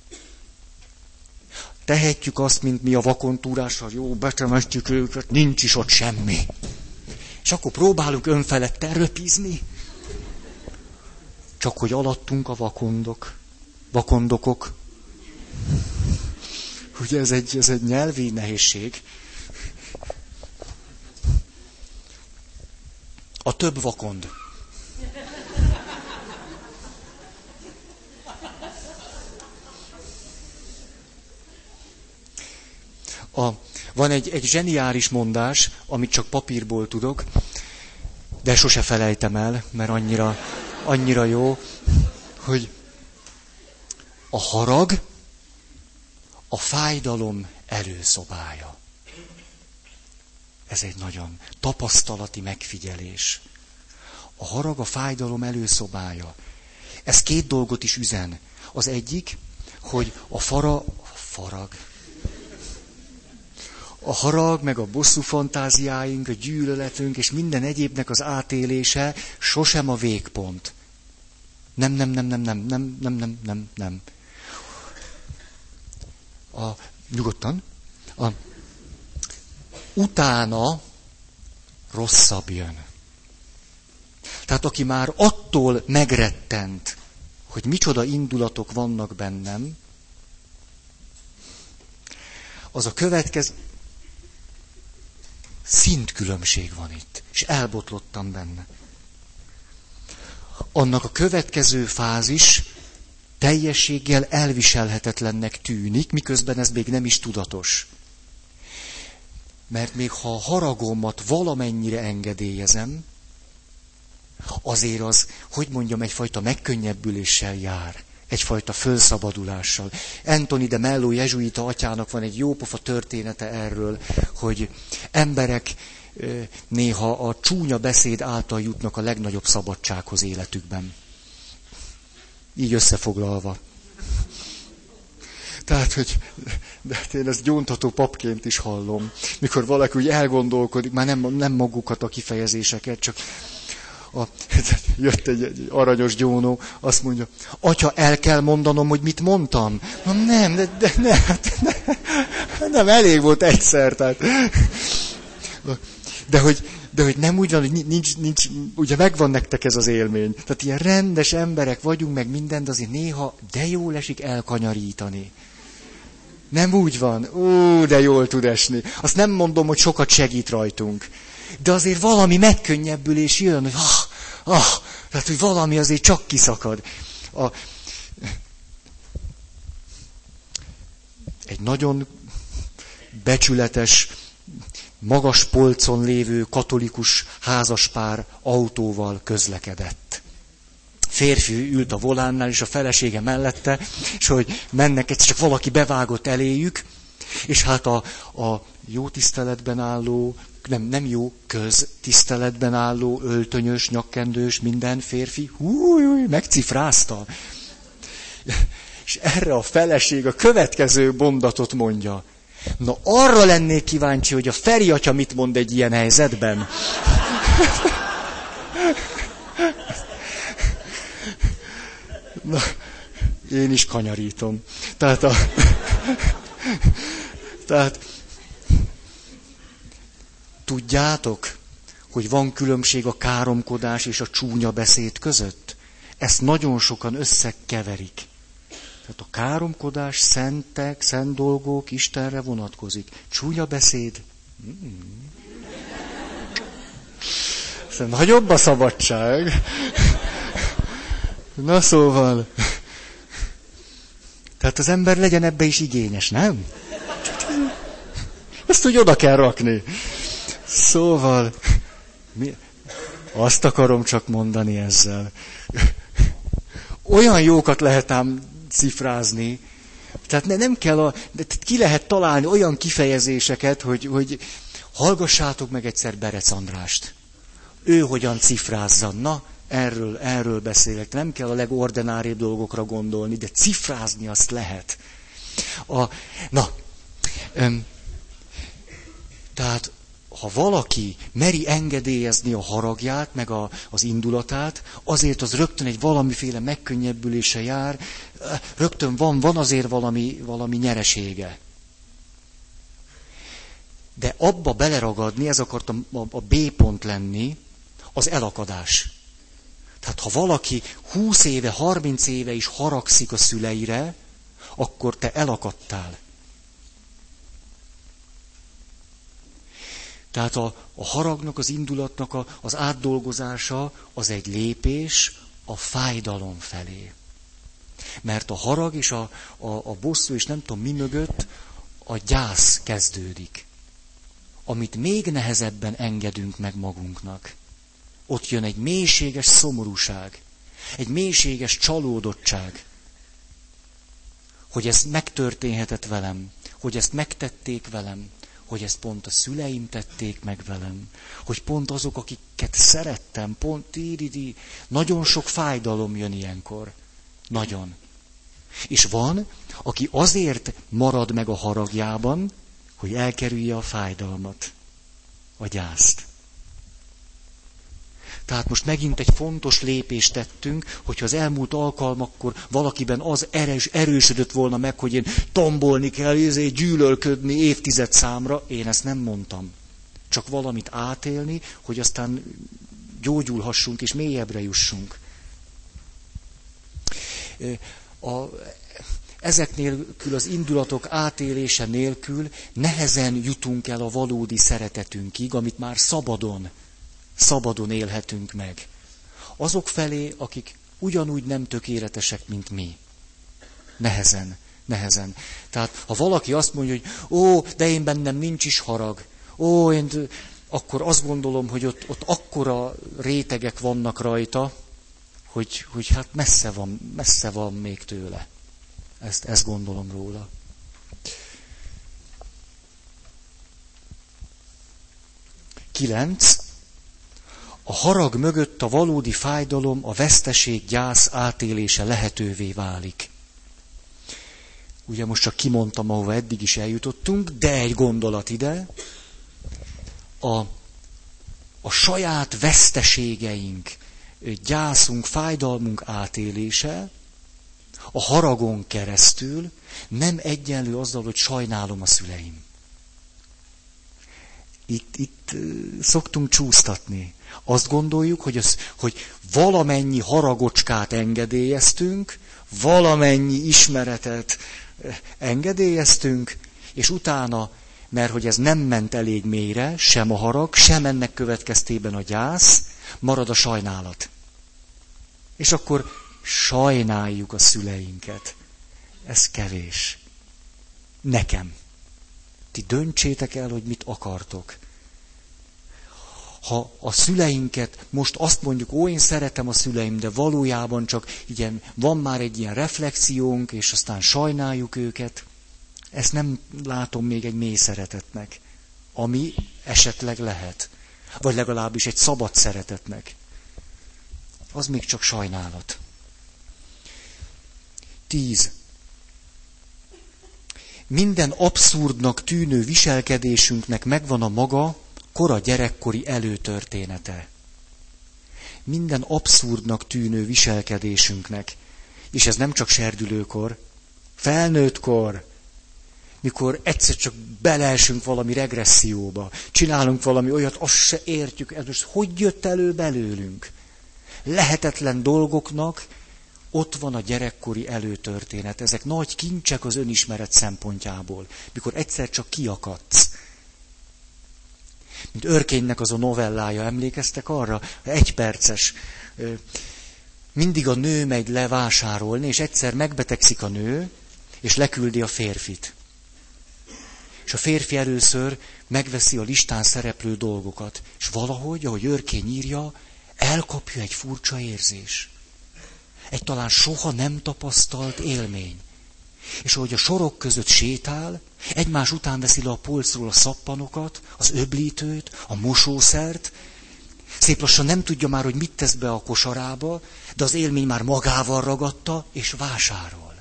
Tehetjük azt, mint mi a vakontúrással, jó, betemetjük őket, nincs is ott semmi. És akkor próbálunk önfeledten röpizni. Csak hogy alattunk a vakondokok. Ugye ez egy nyelvi nehézség. A több vakond. Van egy zseniális mondás, amit csak papírból tudok, de sose felejtem el, mert annyira jó, hogy a harag a fájdalom előszobája. Ez egy nagyon tapasztalati megfigyelés. A harag a fájdalom előszobája. Ez 2 dolgot is üzen. Az egyik, hogy a harag, meg a bosszú fantáziáink, a gyűlöletünk, és minden egyébnek az átélése sosem a végpont. Nem. Nyugodtan. Utána rosszabb jön. Tehát aki már attól megrettent, hogy micsoda indulatok vannak bennem, az a következő... Szintkülönbség van itt, és elbotlottam benne. Annak a következő fázis teljességgel elviselhetetlennek tűnik, miközben ez még nem is tudatos. Mert még ha a haragomat valamennyire engedélyezem, azért az, hogy mondjam, egyfajta megkönnyebbüléssel jár, egyfajta fölszabadulással. Anthony de Mello jezsuita atyának van egy jópofa története erről, hogy emberek néha a csúnya beszéd által jutnak a legnagyobb szabadsághoz életükben. Így összefoglalva. Tehát, hogy de én ezt gyóntató papként is hallom, mikor valaki úgy elgondolkodik, már nem magukat a kifejezéseket, csak jött egy aranyos gyónó, azt mondja, atya, el kell mondanom, hogy mit mondtam? Nem, elég volt egyszer, tehát. De hogy nem úgy van, hogy nincs, ugye megvan nektek ez az élmény. Tehát ilyen rendes emberek vagyunk, meg minden, de azért néha de jól esik elkanyarítani. Nem úgy van, de jól tud esni. Azt nem mondom, hogy sokat segít rajtunk. De azért valami megkönnyebbülés jön, hogy tehát, hogy valami azért csak kiszakad. Egy nagyon becsületes, magas polcon lévő katolikus házaspár autóval közlekedett. Férfi ült a volánnál, és a felesége mellette, és hogy mennek, egyszer csak valaki bevágott eléjük, és hát a jó tiszteletben álló, nem jó, köztiszteletben álló, öltönyös, nyakkendős, minden férfi, megcifrázta. És erre a feleség a következő mondatot mondja. Na, arra lennék kíváncsi, hogy a Feri atya mit mond egy ilyen helyzetben. Na, én is kanyarítom. Tehát tudjátok, hogy van különbség a káromkodás és a csúnya beszéd között? Ezt nagyon sokan összekeverik. Tehát a káromkodás szentek, szent dolgok, Istenre vonatkozik. Csúnya beszéd. Nagyobb a szabadság. Na szóval. Tehát az ember legyen ebbe is igényes, nem? Ezt úgy oda kell rakni. Szóval, azt akarom csak mondani ezzel. Olyan jókat lehet ám cifrázni, tehát nem kell de ki lehet találni olyan kifejezéseket, hogy hallgassátok meg egyszer Berec Andrást. Ő hogyan cifrázza. Na, erről beszélek. Nem kell a legordináribb dolgokra gondolni, de cifrázni azt lehet. Tehát, ha valaki meri engedélyezni a haragját, meg az indulatát, azért az rögtön egy valamiféle megkönnyebbülése jár, rögtön van azért valami nyeresége. De abba beleragadni, ez akart a B pont lenni, az elakadás. Tehát ha valaki 20 éve, 30 éve is haragszik a szüleire, akkor te elakadtál. Tehát a haragnak, az indulatnak az átdolgozása az egy lépés a fájdalom felé. Mert a harag és a bosszú és nem tudom mi mögött a gyász kezdődik. Amit még nehezebben engedünk meg magunknak. Ott jön egy mélységes szomorúság, egy mélységes csalódottság, hogy ez megtörténhetett velem, hogy ezt megtették velem, hogy ezt pont a szüleim tették meg velem, hogy pont azok, akiket szerettem, pont nagyon sok fájdalom jön ilyenkor. Nagyon. És van, aki azért marad meg a haragjában, hogy elkerülje a fájdalmat, a gyászt. Tehát most megint egy fontos lépést tettünk, hogyha az elmúlt alkalmakkor valakiben az erősödött volna meg, hogy én tombolni kell, gyűlölködni évtized számra, én ezt nem mondtam. Csak valamit átélni, hogy aztán gyógyulhassunk és mélyebbre jussunk. Ezek nélkül, az indulatok átélése nélkül nehezen jutunk el a valódi szeretetünkig, amit már szabadon élhetünk meg. Azok felé, akik ugyanúgy nem tökéletesek, mint mi. Nehezen. Tehát, ha valaki azt mondja, hogy de én bennem nincs is harag, akkor azt gondolom, hogy ott akkora rétegek vannak rajta, hogy hát messze van még tőle. Ezt gondolom róla. 9. A harag mögött a valódi fájdalom, a veszteség, gyász átélése lehetővé válik. Ugye most csak kimondtam, ahova eddig is eljutottunk, de egy gondolat ide. A saját veszteségeink, gyászunk, fájdalmunk átélése a haragon keresztül nem egyenlő azzal, hogy sajnálom a szüleim. Itt szoktunk csúsztatni. Azt gondoljuk, hogy valamennyi haragocskát engedélyeztünk, valamennyi ismeretet engedélyeztünk, és utána, mert hogy ez nem ment elég mélyre, sem a harag, sem ennek következtében a gyász, marad a sajnálat. És akkor sajnáljuk a szüleinket. Ez kevés. Nekem. Ti döntsétek el, hogy mit akartok. Ha a szüleinket, most azt mondjuk, én szeretem a szüleim, de valójában csak igen, van már egy ilyen reflexiónk, és aztán sajnáljuk őket, ezt nem látom még egy mély szeretetnek, ami esetleg lehet. Vagy legalábbis egy szabad szeretetnek. Az még csak sajnálat. 10. Minden abszurdnak tűnő viselkedésünknek megvan a maga kora gyerekkori előtörténete. Minden abszurdnak tűnő viselkedésünknek. És ez nem csak serdülőkor, felnőttkor, mikor egyszer csak beleesünk valami regresszióba, csinálunk valami olyat, azt se értjük, ez most hogy jött elő belőlünk. Lehetetlen dolgoknak ott van a gyerekkori előtörténet. Ezek nagy kincsek az önismeret szempontjából, mikor egyszer csak kiakadsz. Mint Örkénynek az a novellája, emlékeztek arra? 1 perces. Mindig a nő megy levásárolni, és egyszer megbetegszik a nő, és leküldi a férfit. És a férfi először megveszi a listán szereplő dolgokat. És valahogy, ahogy Örkény írja, elkapja egy furcsa érzés. Egy talán soha nem tapasztalt élmény. És ahogy a sorok között sétál, egymás után veszi le a polcról a szappanokat, az öblítőt, a mosószert, szép lassan nem tudja már, hogy mit tesz be a kosarába, de az élmény már magával ragadta, és vásárol.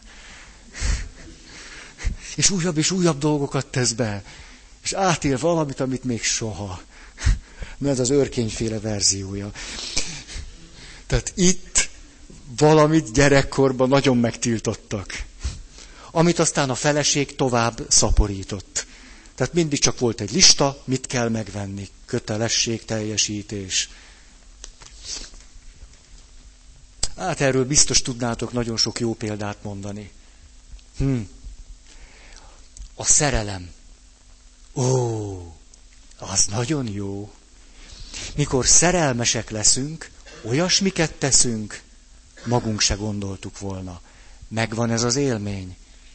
És újabb dolgokat tesz be. És átél valamit, amit még soha. Na ez az Örkényféle verziója. Tehát itt valamit gyerekkorban nagyon megtiltottak. Amit aztán a feleség tovább szaporított. Tehát mindig csak volt egy lista, mit kell megvenni. Kötelesség, teljesítés. Hát erről biztos tudnátok nagyon sok jó példát mondani. A szerelem. Az nagyon jó. Mikor szerelmesek leszünk, olyasmiket teszünk, magunk se gondoltuk volna. Megvan ez az élmény.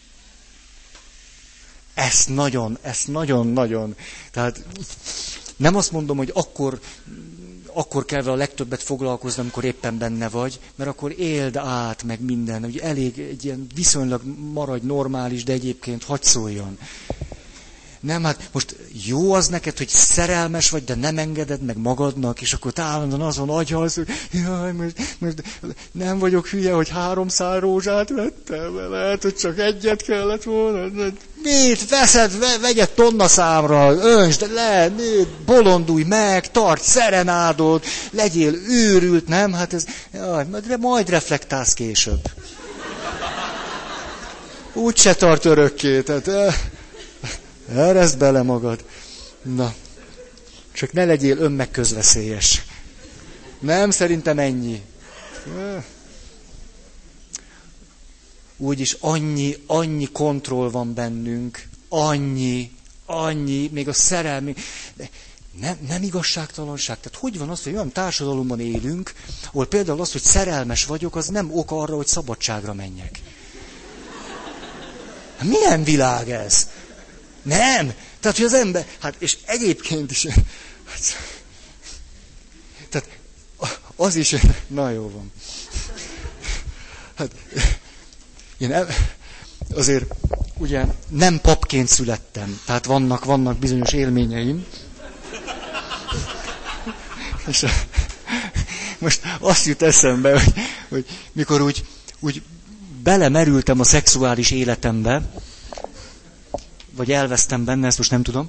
Ezt nagyon. Tehát nem azt mondom, hogy akkor kell vele a legtöbbet foglalkozni, amikor éppen benne vagy, mert akkor éld át meg minden, hogy elég egy ilyen viszonylag maradj normális, de egyébként hadd szóljon. Nem, hát most jó az neked, hogy szerelmes vagy, de nem engeded meg magadnak, és akkor te állandóan azon agyalsz, hogy jaj, most nem vagyok hülye, hogy 300 rózsát vettem, lehet, hogy csak egyet kellett volna. Mit veszed, vegyed tonna számra, öntsd le, bolondulj meg, tarts szerenádot, legyél őrült, nem? Hát ez, jaj, majd reflektálsz később. Úgy se tart örökké, tehát... Ereszd bele magad. Na, csak ne legyél önmegközveszélyes. Nem, szerintem ennyi. Úgyis annyi kontroll van bennünk, annyi, még a szerelmi... Nem igazságtalanság. Tehát hogy van az, hogy olyan társadalomban élünk, ahol például az, hogy szerelmes vagyok, az nem ok arra, hogy szabadságra menjek. Hát milyen világ ez? Nem. Tehát, hogy az ember... Hát, és egyébként is... Tehát az is... Na jó van. Hát... Én azért ugye nem papként születtem, tehát vannak bizonyos élményeim. És most azt jut eszembe, hogy mikor úgy belemerültem a szexuális életembe, vagy elvesztem benne, ezt most nem tudom,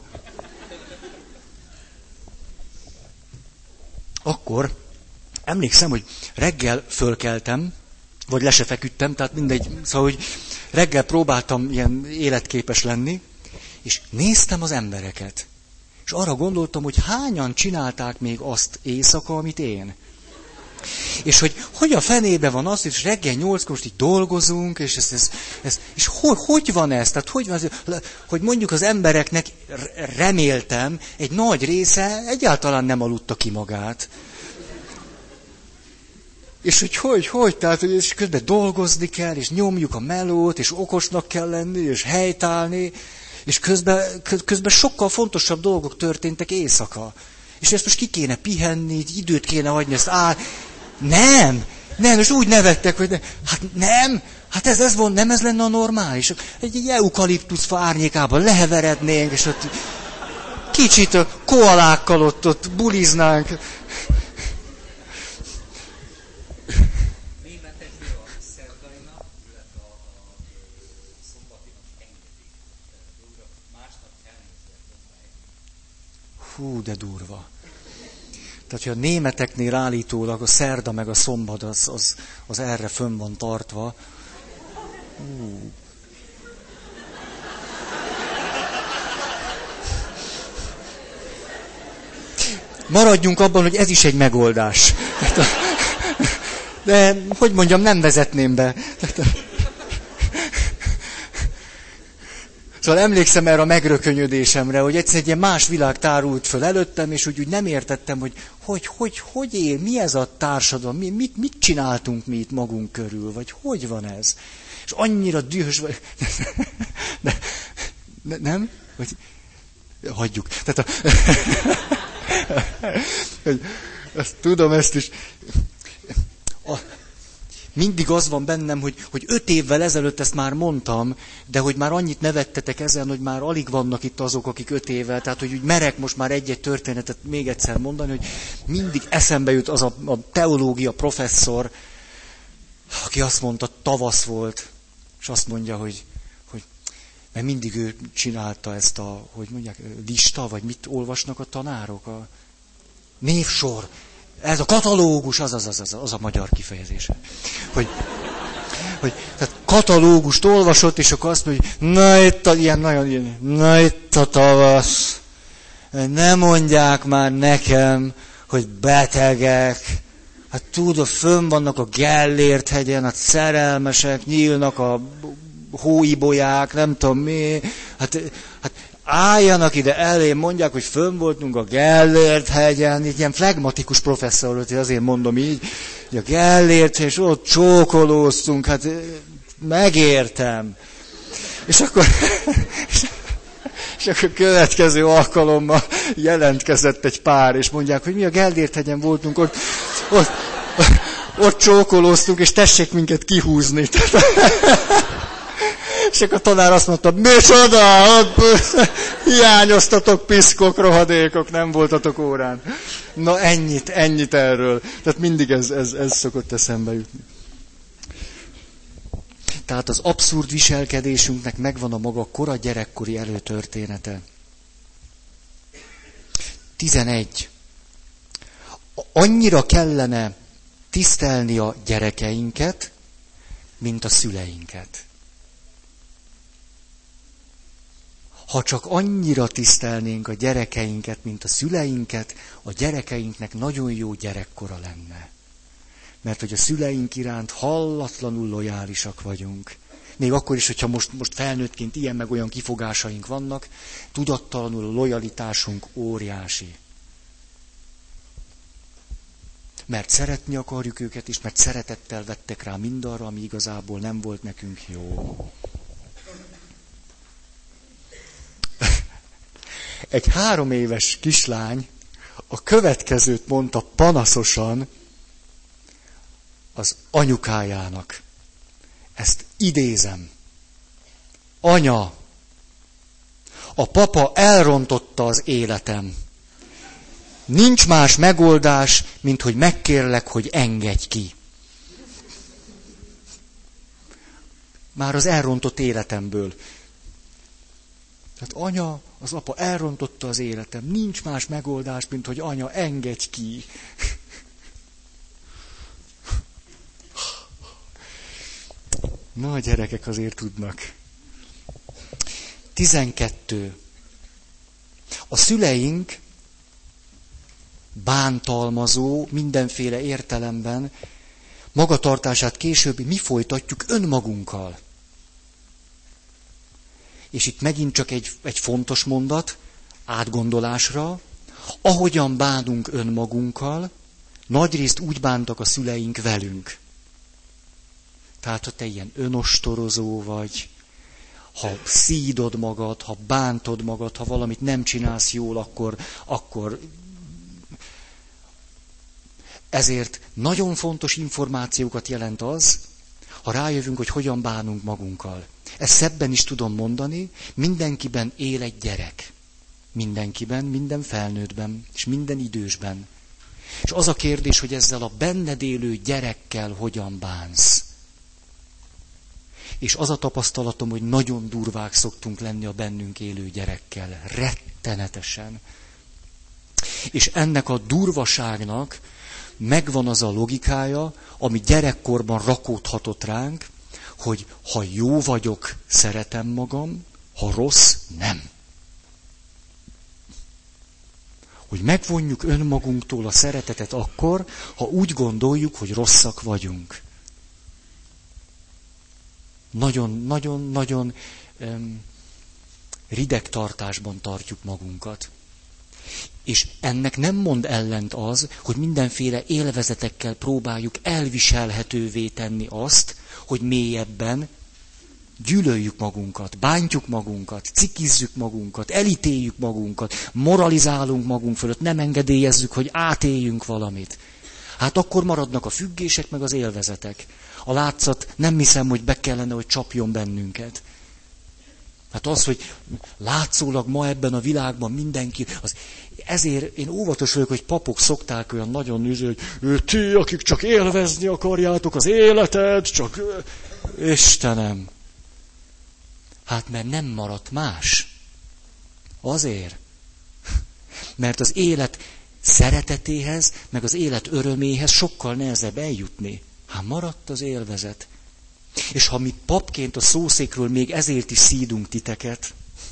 akkor emlékszem, hogy reggel fölkeltem, vagy le se feküdtem, tehát mindegy, szóval, hogy reggel próbáltam ilyen életképes lenni, és néztem az embereket. És arra gondoltam, hogy hányan csinálták még azt éjszaka, amit én. És hogy a fenébe van az, hogy reggel 8-kor most így dolgozunk, és és hogy van ez? Tehát hogy van ez, hogy mondjuk az embereknek reméltem, egy nagy része egyáltalán nem aludta ki magát. És hogy, tehát, hogy és közben dolgozni kell, és nyomjuk a melót, és okosnak kell lenni, és helytállni, és közben sokkal fontosabb dolgok történtek éjszaka. És ezt most ki kéne pihenni, időt kéne hagyni, ezt Nem, és úgy nevettek, hogy nem, hát nem ez lenne a normális. Egy eukaliptuszfa árnyékában leheverednénk, és ott kicsit a koalákkal ott buliznánk. Hú, de durva. Tehát, hogy a németeknél állítólag a szerda meg a szombat az erre fönn van tartva. Maradjunk abban, hogy ez is egy megoldás. De, hogy mondjam, nem vezetném be. Szóval emlékszem erre a megrökönyödésemre, hogy egyszer egy ilyen más világ tárult föl előttem, és úgy nem értettem, hogy él, mi ez a társadalom, mit csináltunk mi itt magunk körül, vagy hogy van ez? És annyira dühös vagy... Nem? Vagy... Hagyjuk. Tehát azt tudom, ezt is... Mindig az van bennem, hogy 5 évvel ezelőtt ezt már mondtam, de hogy már annyit nevettetek ezen, hogy már alig vannak itt azok, akik 5 évvel, tehát hogy úgy merek most már egy-egy történetet még egyszer mondani, hogy mindig eszembe jut az a teológia professzor, aki azt mondta, tavasz volt, és azt mondja, hogy mert mindig ő csinálta ezt hogy mondják, lista, vagy mit olvasnak a tanárok? A névsor. Ez a katalógus, az a magyar kifejezése. Hogy tehát katalógust olvasott, és akkor azt mondja, hogy na itt a tavasz. Ne mondják már nekem, hogy betegek. Hát tudod, fönn vannak a Gellért hegyen, hát szerelmesek, nyílnak a hóibolyák, nem tudom mi. Hát álljanak ide elé, mondják, hogy fönn voltunk a Gellért hegyen, így ilyen flegmatikus professzor volt, azért mondom így, hogy a Gellért hegyen, és ott csókolóztunk, hát megértem. És akkor következő alkalommal jelentkezett egy pár, és mondják, hogy mi a Gellért hegyen voltunk, ott csókolóztunk, és tessék minket kihúzni. És akkor a tanár azt mondta, micsoda, hiányoztatok, piszkok, rohadékok, nem voltatok órán. Na ennyit erről. Tehát mindig ez szokott eszembe jutni. Tehát az abszurd viselkedésünknek megvan a maga kora gyerekkori előtörténete. 11. Annyira kellene tisztelni a gyerekeinket, mint a szüleinket. Ha csak annyira tisztelnénk a gyerekeinket, mint a szüleinket, a gyerekeinknek nagyon jó gyerekkora lenne. Mert hogy a szüleink iránt hallatlanul lojálisak vagyunk. Még akkor is, hogyha most felnőttként ilyen meg olyan kifogásaink vannak, tudattalanul a lojalitásunk óriási. Mert szeretni akarjuk őket is, mert szeretettel vettek rá mindarra, ami igazából nem volt nekünk jó. Egy 3 éves kislány a következőt mondta panaszosan az anyukájának. Ezt idézem. Anya, a papa elrontotta az életem. Nincs más megoldás, mint hogy megkérlek, hogy engedj ki. Már az elrontott életemből. Tehát anya, az apa elrontotta az életem. Nincs más megoldás, mint hogy anya, engedj ki. Na, a gyerekek azért tudnak. 12. A szüleink bántalmazó, mindenféle értelemben magatartását később mi folytatjuk önmagunkkal. És itt megint csak egy fontos mondat, átgondolásra, ahogyan bánunk önmagunkkal, nagyrészt úgy bántak a szüleink velünk. Tehát, ha te ilyen önostorozó vagy, ha szídod magad, ha bántod magad, ha valamit nem csinálsz jól, akkor ezért nagyon fontos információkat jelent az, ha rájövünk, hogy hogyan bánunk magunkkal. Ezt szebben is tudom mondani, mindenkiben él egy gyerek. Mindenkiben, minden felnőttben, és minden idősben. És az a kérdés, hogy ezzel a benned élő gyerekkel hogyan bánsz. És az a tapasztalatom, hogy nagyon durvák szoktunk lenni a bennünk élő gyerekkel. Rettenetesen. És ennek a durvaságnak megvan az a logikája, ami gyerekkorban rakódhatott ránk, hogy ha jó vagyok, szeretem magam, ha rossz, nem. Hogy megvonjuk önmagunktól a szeretetet akkor, ha úgy gondoljuk, hogy rosszak vagyunk. Nagyon rideg tartásban tartjuk magunkat. És ennek nem mond ellent az, hogy mindenféle élvezetekkel próbáljuk elviselhetővé tenni azt, hogy mélyebben gyűlöljük magunkat, bántjuk magunkat, cikizzük magunkat, elítéljük magunkat, moralizálunk magunk fölött, nem engedélyezzük, hogy átéljünk valamit. Hát akkor maradnak a függések meg az élvezetek. A látszat nem hiszem, hogy be kellene, hogy csapjon bennünket. Hát az, hogy látszólag ma ebben a világban mindenki, ezért én óvatos vagyok, hogy papok szokták olyan nagyon hogy ti, akik csak élvezni akarjátok az életed, csak Istenem. Hát mert nem maradt más. Azért. Mert az élet szeretetéhez, meg az élet öröméhez sokkal nehezebb eljutni. Hát maradt az élvezet. És ha mi papként a szószékről még ezért is szídunk titeket,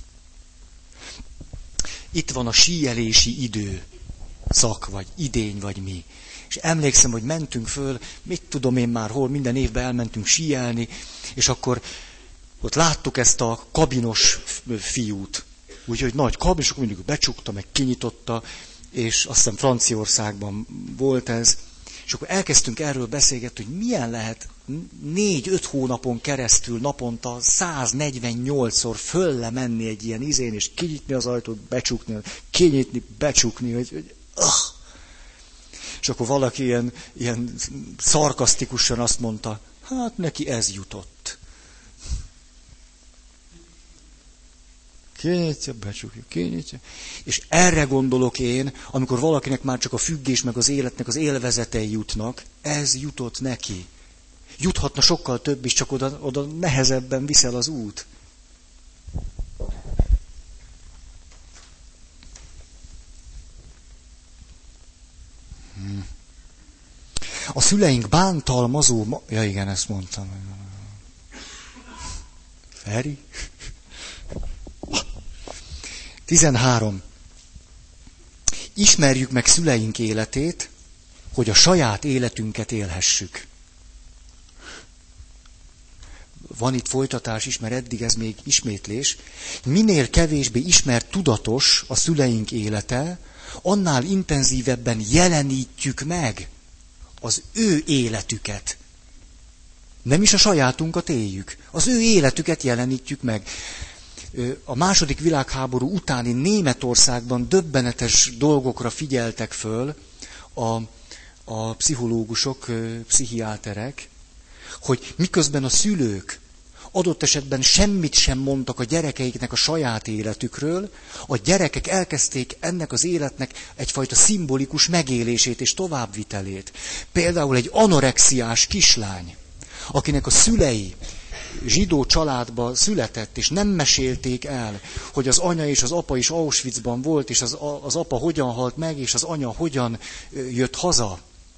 itt van a síelési idő, szak vagy idény vagy mi. És emlékszem, hogy mentünk föl, mit tudom én már hol, minden évben elmentünk síelni, és akkor ott láttuk ezt a kabinos fiút. Úgyhogy nagy kabin, és akkor mindig becsukta, meg kinyitotta, és azt hiszem Franciaországban volt ez. És akkor elkezdtünk erről beszélgetni, hogy milyen lehet 4-5 hónapon keresztül naponta 148-szor fölle menni egy ilyen izén, és kinyitni az ajtót, becsukni, kinyitni, becsukni, hogy És akkor valaki ilyen szarkasztikusan azt mondta, hát neki ez jutott. Kinyitja, becsukja, kinyitja. És erre gondolok én, amikor valakinek már csak a függés meg az életnek az élvezetei jutnak, ez jutott neki. Juthatna sokkal több is, csak oda nehezebben viszel az út. A szüleink bántalmazó... Ja igen, ezt mondtam. Feri? 13. Ismerjük meg szüleink életét, hogy a saját életünket élhessük. Van itt folytatás is, mert eddig ez még ismétlés. Minél kevésbé ismert tudatos a szüleink élete, annál intenzívebben jelenítjük meg az ő életüket. Nem is a sajátunkat éljük, az ő életüket jelenítjük meg. A második világháború utáni Németországban döbbenetes dolgokra figyeltek föl a pszichológusok, pszichiáterek, hogy miközben a szülők adott esetben semmit sem mondtak a gyerekeiknek a saját életükről, a gyerekek elkezdték ennek az életnek egyfajta szimbolikus megélését és továbbvitelét. Például egy anorexiás kislány, akinek a szülei zsidó családba született, és nem mesélték el, hogy az anya és az apa is Auschwitzban volt, és az apa hogyan halt meg, és az anya hogyan jött haza.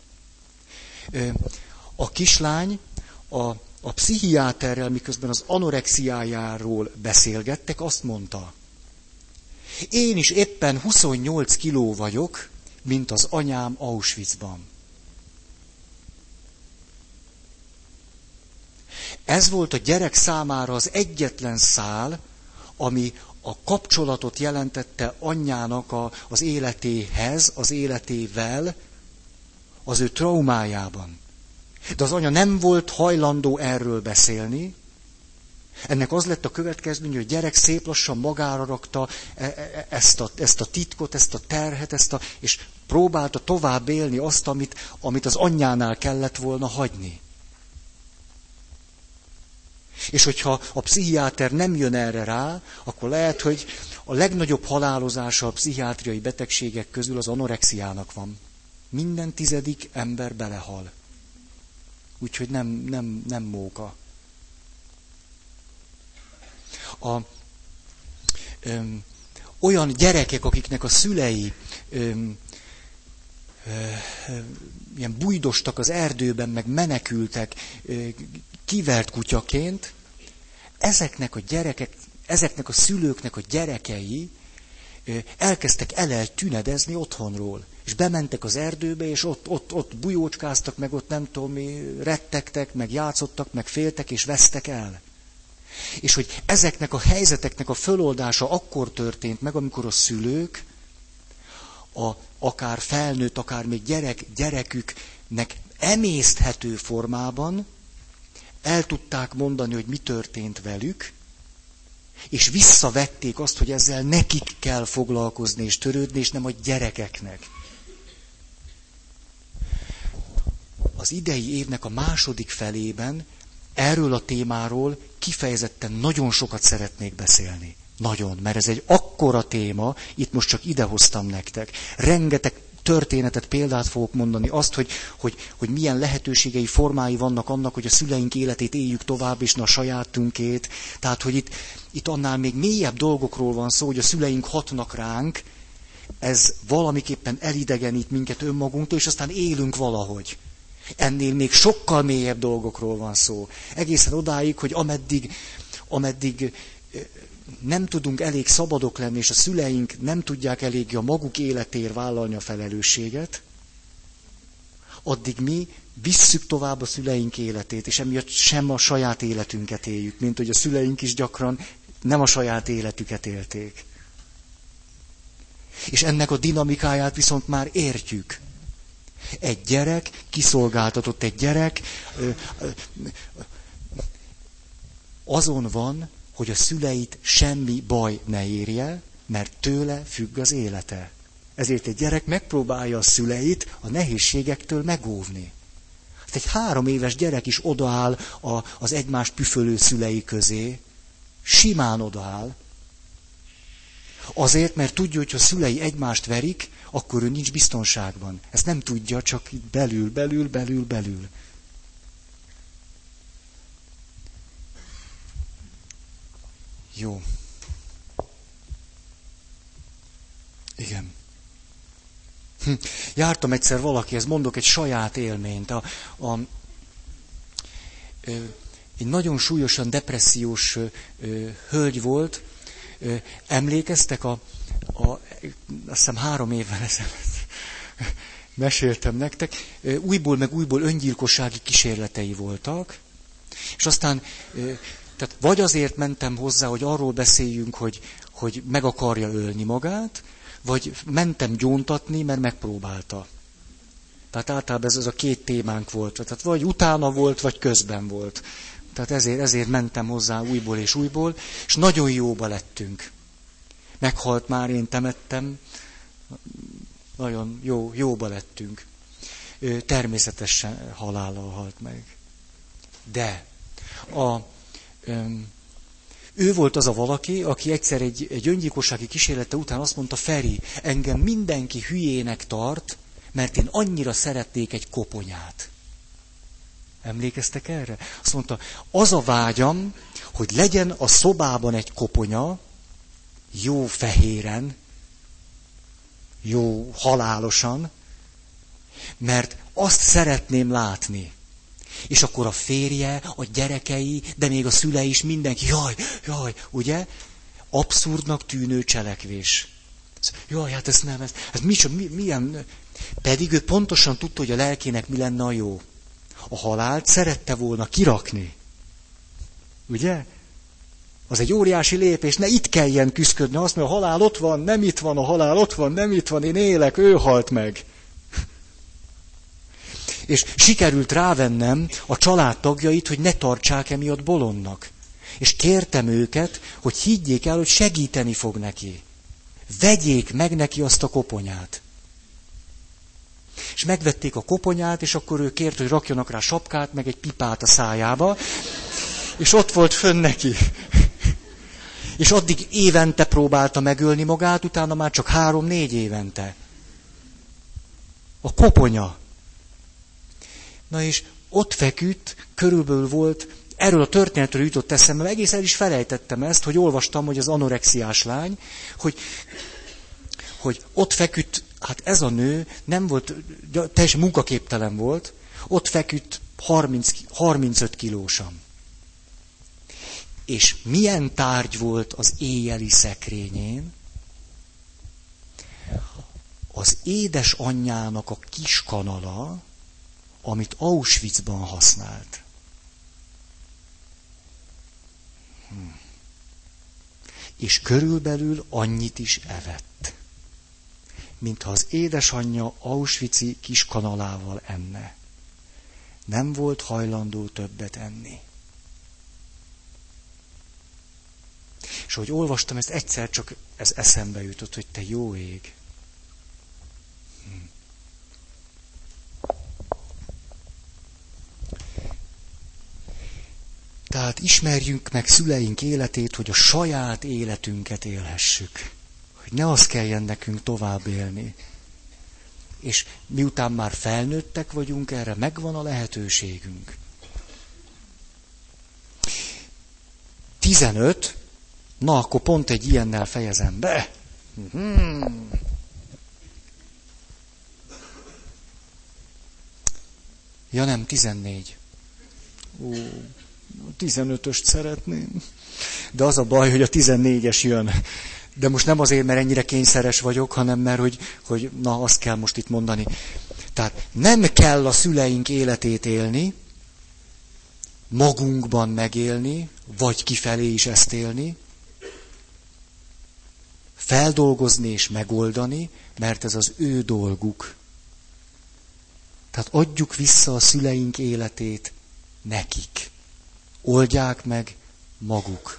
A kislány a pszichiáterrel, miközben az anorexiájáról beszélgettek, azt mondta: én is éppen 28 kiló vagyok, mint az anyám Auschwitzban. Ez volt a gyerek számára az egyetlen szál, ami a kapcsolatot jelentette anyjának az életéhez, az életével, az ő traumájában. De az anya nem volt hajlandó erről beszélni. Ennek az lett a következménye, hogy a gyerek szép lassan magára rakta ezt a titkot, ezt a terhet, és próbálta tovább élni azt, amit az anyjánál kellett volna hagyni. És hogyha a pszichiáter nem jön erre rá, akkor lehet, hogy a legnagyobb halálozása a pszichiátriai betegségek közül az anorexiának van. Minden 10. ember belehal. Úgyhogy nem móka. Olyan gyerekek, akiknek a szülei ilyen bujdostak az erdőben, meg menekültek kivert kutyaként, ezeknek a szülőknek a gyerekei elkezdtek tünedezni otthonról. És bementek az erdőbe, és ott bujócskáztak, meg ott nem tudom mi, rettegtek, meg játszottak, meg féltek, és vesztek el. És hogy ezeknek a helyzeteknek a föloldása akkor történt meg, amikor a szülők, akár felnőtt, akár még gyereküknek emészthető formában el tudták mondani, hogy mi történt velük, és visszavették azt, hogy ezzel nekik kell foglalkozni és törődni, és nem a gyerekeknek. Az idei évnek a második felében erről a témáról kifejezetten nagyon sokat szeretnék beszélni. Nagyon, mert ez egy akkora téma, itt most csak idehoztam nektek. Rengeteg történetet, példát fogok mondani, azt, hogy milyen lehetőségei, formái vannak annak, hogy a szüleink életét éljük tovább, és ne a sajátunkét. Tehát, hogy itt annál még mélyebb dolgokról van szó, hogy a szüleink hatnak ránk, ez valamiképpen elidegenít minket önmagunktól, és aztán élünk valahogy. Ennél még sokkal mélyebb dolgokról van szó. Egészen odáig, hogy ameddig nem tudunk elég szabadok lenni, és a szüleink nem tudják eléggé a maguk életéért vállalni a felelősséget, addig mi visszük tovább a szüleink életét, és emiatt sem a saját életünket éljük, mint hogy a szüleink is gyakran nem a saját életüket élték. És ennek a dinamikáját viszont már értjük. Egy gyerek, kiszolgáltatott egy gyerek, azon van, hogy a szüleit semmi baj ne érje, mert tőle függ az élete. Ezért egy gyerek megpróbálja a szüleit a nehézségektől megóvni. Hát egy 3 éves gyerek is odaáll az egymást püfölő szülei közé, simán odaáll. Azért, mert tudja, hogy ha a szülei egymást verik, akkor ő nincs biztonságban. Ezt nem tudja, csak itt belül. Jó. Igen. Jártam egyszer valakihez, mondok egy saját élményt. Egy nagyon súlyosan depressziós hölgy volt. Emlékeztek azt hiszem 3 évvel ezelőtt meséltem nektek, újból meg újból öngyilkossági kísérletei voltak, és aztán, tehát vagy azért mentem hozzá, hogy arról beszéljünk, hogy meg akarja ölni magát, vagy mentem gyóntatni, mert megpróbálta. Tehát általában ez a 2 témánk volt. Tehát vagy utána volt, vagy közben volt. Tehát ezért mentem hozzá újból és újból, és nagyon jóba lettünk. Meghalt már, én temettem, nagyon jóba lettünk. Természetesen halállal halt meg. De ő volt az a valaki, aki egyszer egy öngyilkossági kísérlete után azt mondta, Feri, engem mindenki hülyének tart, mert én annyira szeretnék egy koponyát. Emlékeztek erre? Azt mondta, az a vágyam, hogy legyen a szobában egy koponya, jó fehéren, jó halálosan, mert azt szeretném látni. És akkor a férje, a gyerekei, de még a szülei is, mindenki, jaj, ugye? Abszurdnak tűnő cselekvés. Jaj, hát ez nem, ez milyen... Pedig ő pontosan tudta, hogy a lelkének mi lenne a jó. A halált szerette volna kirakni. Ugye? Az egy óriási lépés, ne itt kelljen küszködni, azt mondja, a halál ott van, nem itt van, a halál ott van, nem itt van, én élek, ő halt meg. És sikerült rávennem a családtagjait, hogy ne tartsák emiatt bolondnak. És kértem őket, hogy higgyék el, hogy segíteni fog neki. Vegyék meg neki azt a koponyát. És megvették a koponyát, és akkor ő kért, hogy rakjanak rá sapkát, meg egy pipát a szájába. És ott volt fönn neki. És addig évente próbálta megölni magát, utána már csak 3-4 évente. A koponya. Na és ott feküdt, körülbelül volt, erről a történetről jutott eszembe, egész el is felejtettem ezt, hogy olvastam, hogy az anorexiás lány, hogy ott feküdt, hát ez a nő nem volt, teljesen munkaképtelen volt, ott feküdt 35 kilósan. És milyen tárgy volt az éjjeli szekrényén? Az édesanyjának a kis kanala, amit Auschwitzban használt. És körülbelül annyit is evett, mintha az édesanyja auschwitzi kis kanalával enne. Nem volt hajlandó többet enni. És ahogy olvastam, ezt egyszer csak ez eszembe jutott, hogy te jó ég. Tehát ismerjünk meg szüleink életét, hogy a saját életünket élhessük. Hogy ne az kelljen nekünk tovább élni. És miután már felnőttek vagyunk, erre megvan a lehetőségünk. 15. Na, akkor pont egy ilyennel fejezem be. Ja nem, 14. 15-öst szeretném. De az a baj, hogy a 14-es jön. De most nem azért, mert ennyire kényszeres vagyok, hanem mert, hogy na, azt kell most itt mondani. Tehát nem kell a szüleink életét élni, magunkban megélni, vagy kifelé is ezt élni, feldolgozni és megoldani, mert ez az ő dolguk. Tehát adjuk vissza a szüleink életét nekik. Oldják meg maguk.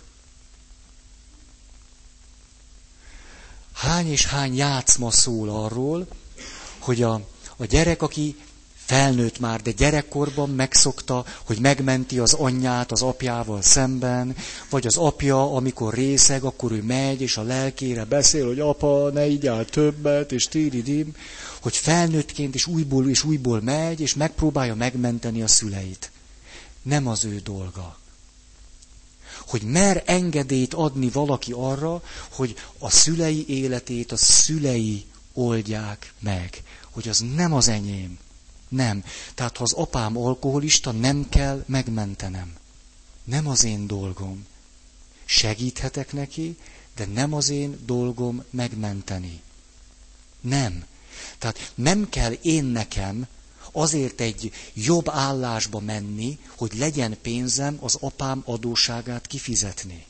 Hány és hány játszma szól arról, hogy a gyerek, aki felnőtt már, de gyerekkorban megszokta, hogy megmenti az anyját az apjával szemben, vagy az apja, amikor részeg, akkor ő megy, és a lelkére beszél, hogy apa, ne igyál többet, és tiridim, hogy felnőttként és újból megy, és megpróbálja megmenteni a szüleit. Nem az ő dolga. Hogy mer engedélyt adni valaki arra, hogy a szülei életét a szülei oldják meg. Hogy az nem az enyém. Nem. Tehát ha az apám alkoholista, nem kell megmentenem. Nem az én dolgom. Segíthetek neki, de nem az én dolgom megmenteni. Nem. Tehát nem kell én nekem azért egy jobb állásba menni, hogy legyen pénzem az apám adósságát kifizetni.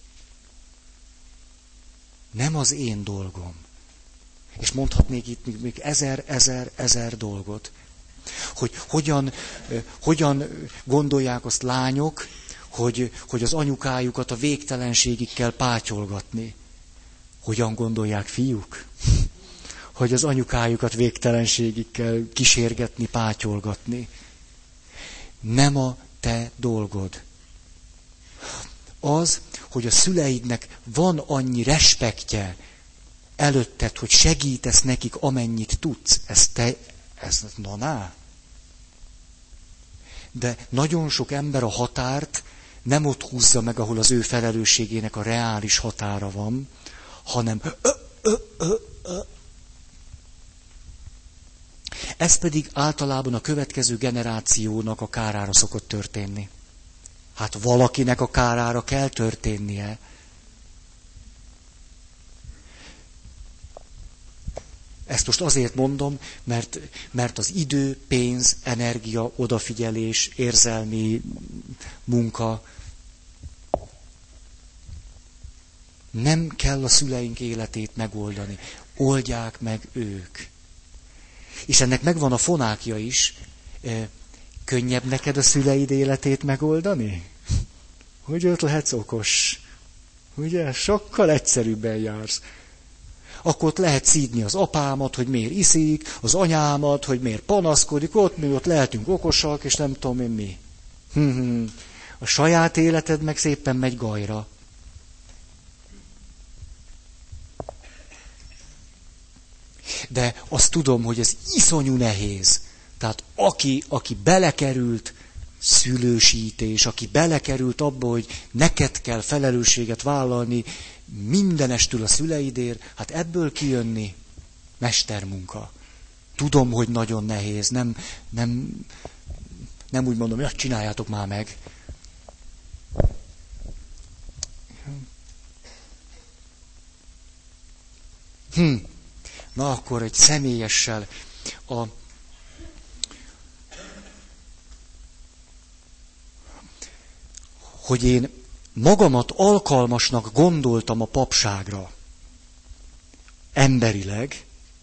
Nem az én dolgom. És mondhatnék itt még ezer dolgot. Hogy hogyan gondolják azt lányok, hogy az anyukájukat a végtelenségig kell pátyolgatni. Hogyan gondolják fiúk? Hogy az anyukájukat végtelenségig kell kísérgetni, pátyolgatni. Nem a te dolgod. Az, hogy a szüleidnek van annyi respektje előtted, hogy segítesz nekik, amennyit tudsz, ez na. De nagyon sok ember a határt nem ott húzza meg, ahol az ő felelősségének a reális határa van, hanem Ez pedig általában a következő generációnak a kárára szokott történni. Hát valakinek a kárára kell történnie. Ezt most azért mondom, mert az idő, pénz, energia, odafigyelés, érzelmi munka nem kell a szüleink életét megoldani. Oldják meg ők. És ennek megvan a fonákja is. Könnyebb neked a szüleid életét megoldani? Hogy ott lehetsz okos? Ugye? Sokkal egyszerűbben jársz. Akkor ott lehet szídni az apámat, hogy miért iszik, az anyámat, hogy miért panaszkodik, ott mi ott lehetünk okosak, és nem tudom én mi. A saját életed meg szépen megy gajra. De azt tudom, hogy ez iszonyú nehéz. Tehát aki belekerült szülősítés, aki belekerült abba, hogy neked kell felelősséget vállalni mindenestül a szüleidért, hát ebből kijönni mestermunka. Tudom, hogy nagyon nehéz, nem úgy mondom, hogy csináljátok már meg. Na akkor egy személyessel. Hogy én magamat alkalmasnak gondoltam a papságra, emberileg,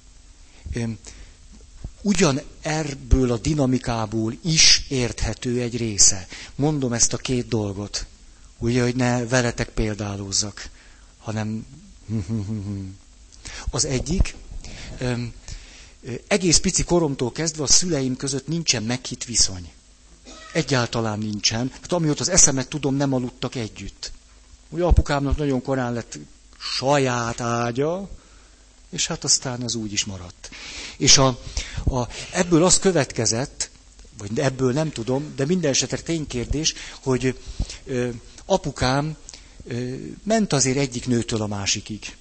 ugyan ebből a dinamikából is érthető egy része. Mondom ezt a két dolgot, ugye, hogy ne veletek példálózzak, hanem az egyik, egész pici koromtól kezdve a szüleim között nincsen meghitt viszony. Egyáltalán nincsen. Hát amióta az eszemet tudom, nem aludtak együtt. Ugye apukámnak nagyon korán lett saját ágya, és hát aztán az úgy is maradt. És ebből az következett, vagy ebből nem tudom, de minden esetre ténykérdés, hogy apukám ment azért egyik nőtől a másikig.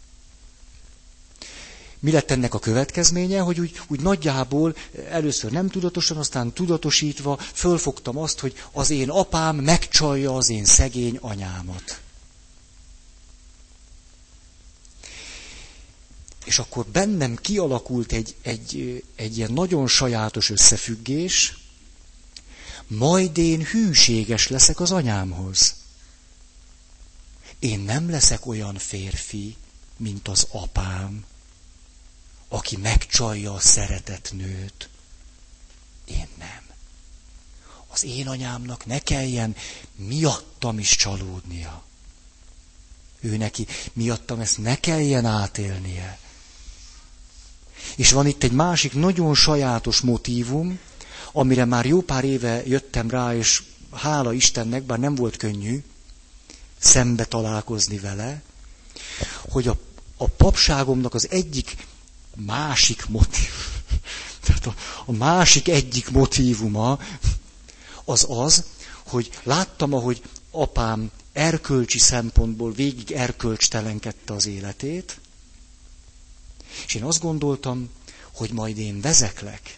Mi lett ennek a következménye, hogy úgy nagyjából először nem tudatosan, aztán tudatosítva fölfogtam azt, hogy az én apám megcsalja az én szegény anyámat. És akkor bennem kialakult egy ilyen nagyon sajátos összefüggés, majd én hűséges leszek az anyámhoz. Én nem leszek olyan férfi, mint az apám, aki megcsalja a szeretett nőt. Én nem. Az én anyámnak ne kelljen miattam is csalódnia. Ő neki miattam ezt ne kelljen átélnie. És van itt egy másik nagyon sajátos motívum, amire már jó pár éve jöttem rá, és hála Istennek, bár nem volt könnyű szembe találkozni vele, hogy a papságomnak az egyik másik tehát a másik egyik motívuma az, hogy láttam, ahogy apám erkölcsi szempontból végig erkölcstelenkedte az életét, és én azt gondoltam, hogy majd én vezeklek.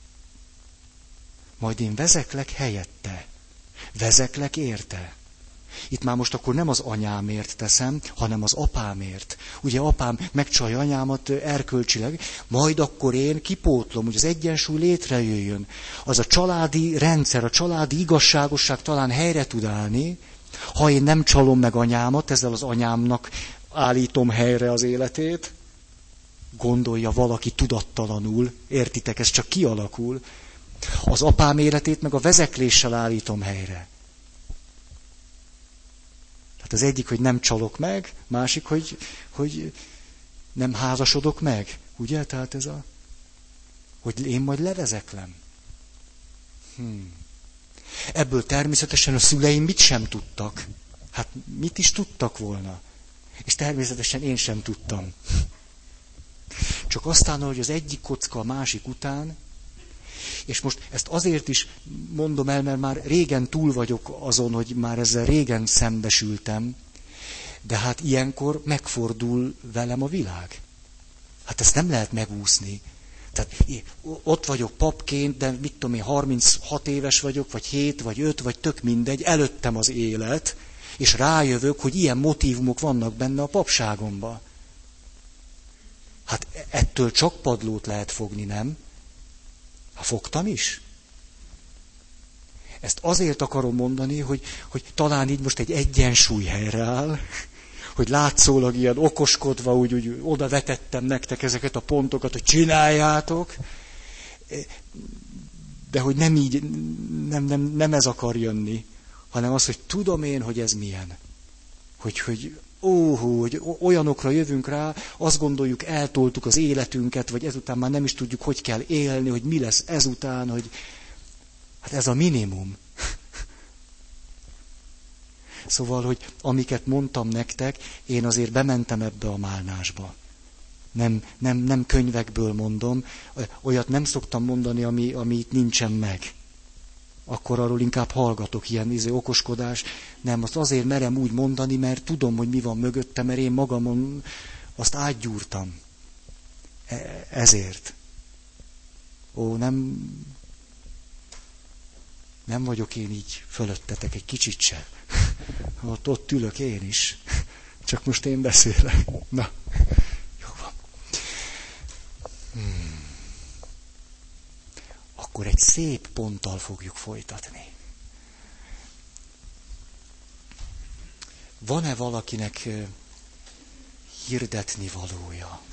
Majd én vezeklek helyette. Vezeklek érte. Itt már most akkor nem az anyámért teszem, hanem az apámért. Ugye apám megcsalja anyámat erkölcsileg, majd akkor én kipótlom, hogy az egyensúly létrejöjjön. Az a családi rendszer, a családi igazságosság talán helyre tud állni, ha én nem csalom meg anyámat, ezzel az anyámnak állítom helyre az életét, gondolja valaki tudattalanul, értitek, ez csak kialakul. Az apám életét meg a vezekléssel állítom helyre. Tehát az egyik, hogy nem csalok meg, másik, hogy nem házasodok meg. Ugye? Tehát ez a... hogy én majd levezeklem. Ebből természetesen a szüleim mit sem tudtak. Hát mit is tudtak volna? És természetesen én sem tudtam. Csak aztán, hogy az egyik kocka a másik után, és most ezt azért is mondom el, mert már régen túl vagyok azon, hogy már ezzel régen szembesültem, de hát ilyenkor megfordul velem a világ. Hát ezt nem lehet megúszni. Tehát ott vagyok papként, de mit tudom én, 36 éves vagyok, vagy 7, vagy 5, vagy tök mindegy, előttem az élet, és rájövök, hogy ilyen motívumok vannak benne a papságomba. Hát ettől csak padlót lehet fogni, nem? Hát fogtam is. Ezt azért akarom mondani, hogy talán így most egy egyensúly helyreáll, hogy látszólag ilyen okoskodva úgy oda vetettem nektek ezeket a pontokat, hogy csináljátok, de hogy nem így, nem ez akar jönni, hanem az, hogy tudom én, hogy ez milyen. Hogy olyanokra jövünk rá, azt gondoljuk, eltoltuk az életünket, vagy ezután már nem is tudjuk, hogy kell élni, hogy mi lesz ezután, hogy hát ez a minimum. Szóval, hogy amiket mondtam nektek, én azért bementem ebbe a málnásba. Nem könyvekből mondom, olyat nem szoktam mondani, ami itt nincsen meg. Akkor arról inkább hallgatok, ilyen okoskodás. Nem, azt azért merem úgy mondani, mert tudom, hogy mi van mögöttem, mert én magamon azt átgyúrtam. Ezért. Nem vagyok én így fölöttetek egy kicsit se. Ott ülök én is. Csak most én beszélek. Na, jó van. Akkor egy szép ponttal fogjuk folytatni. Van-e valakinek hirdetni valója?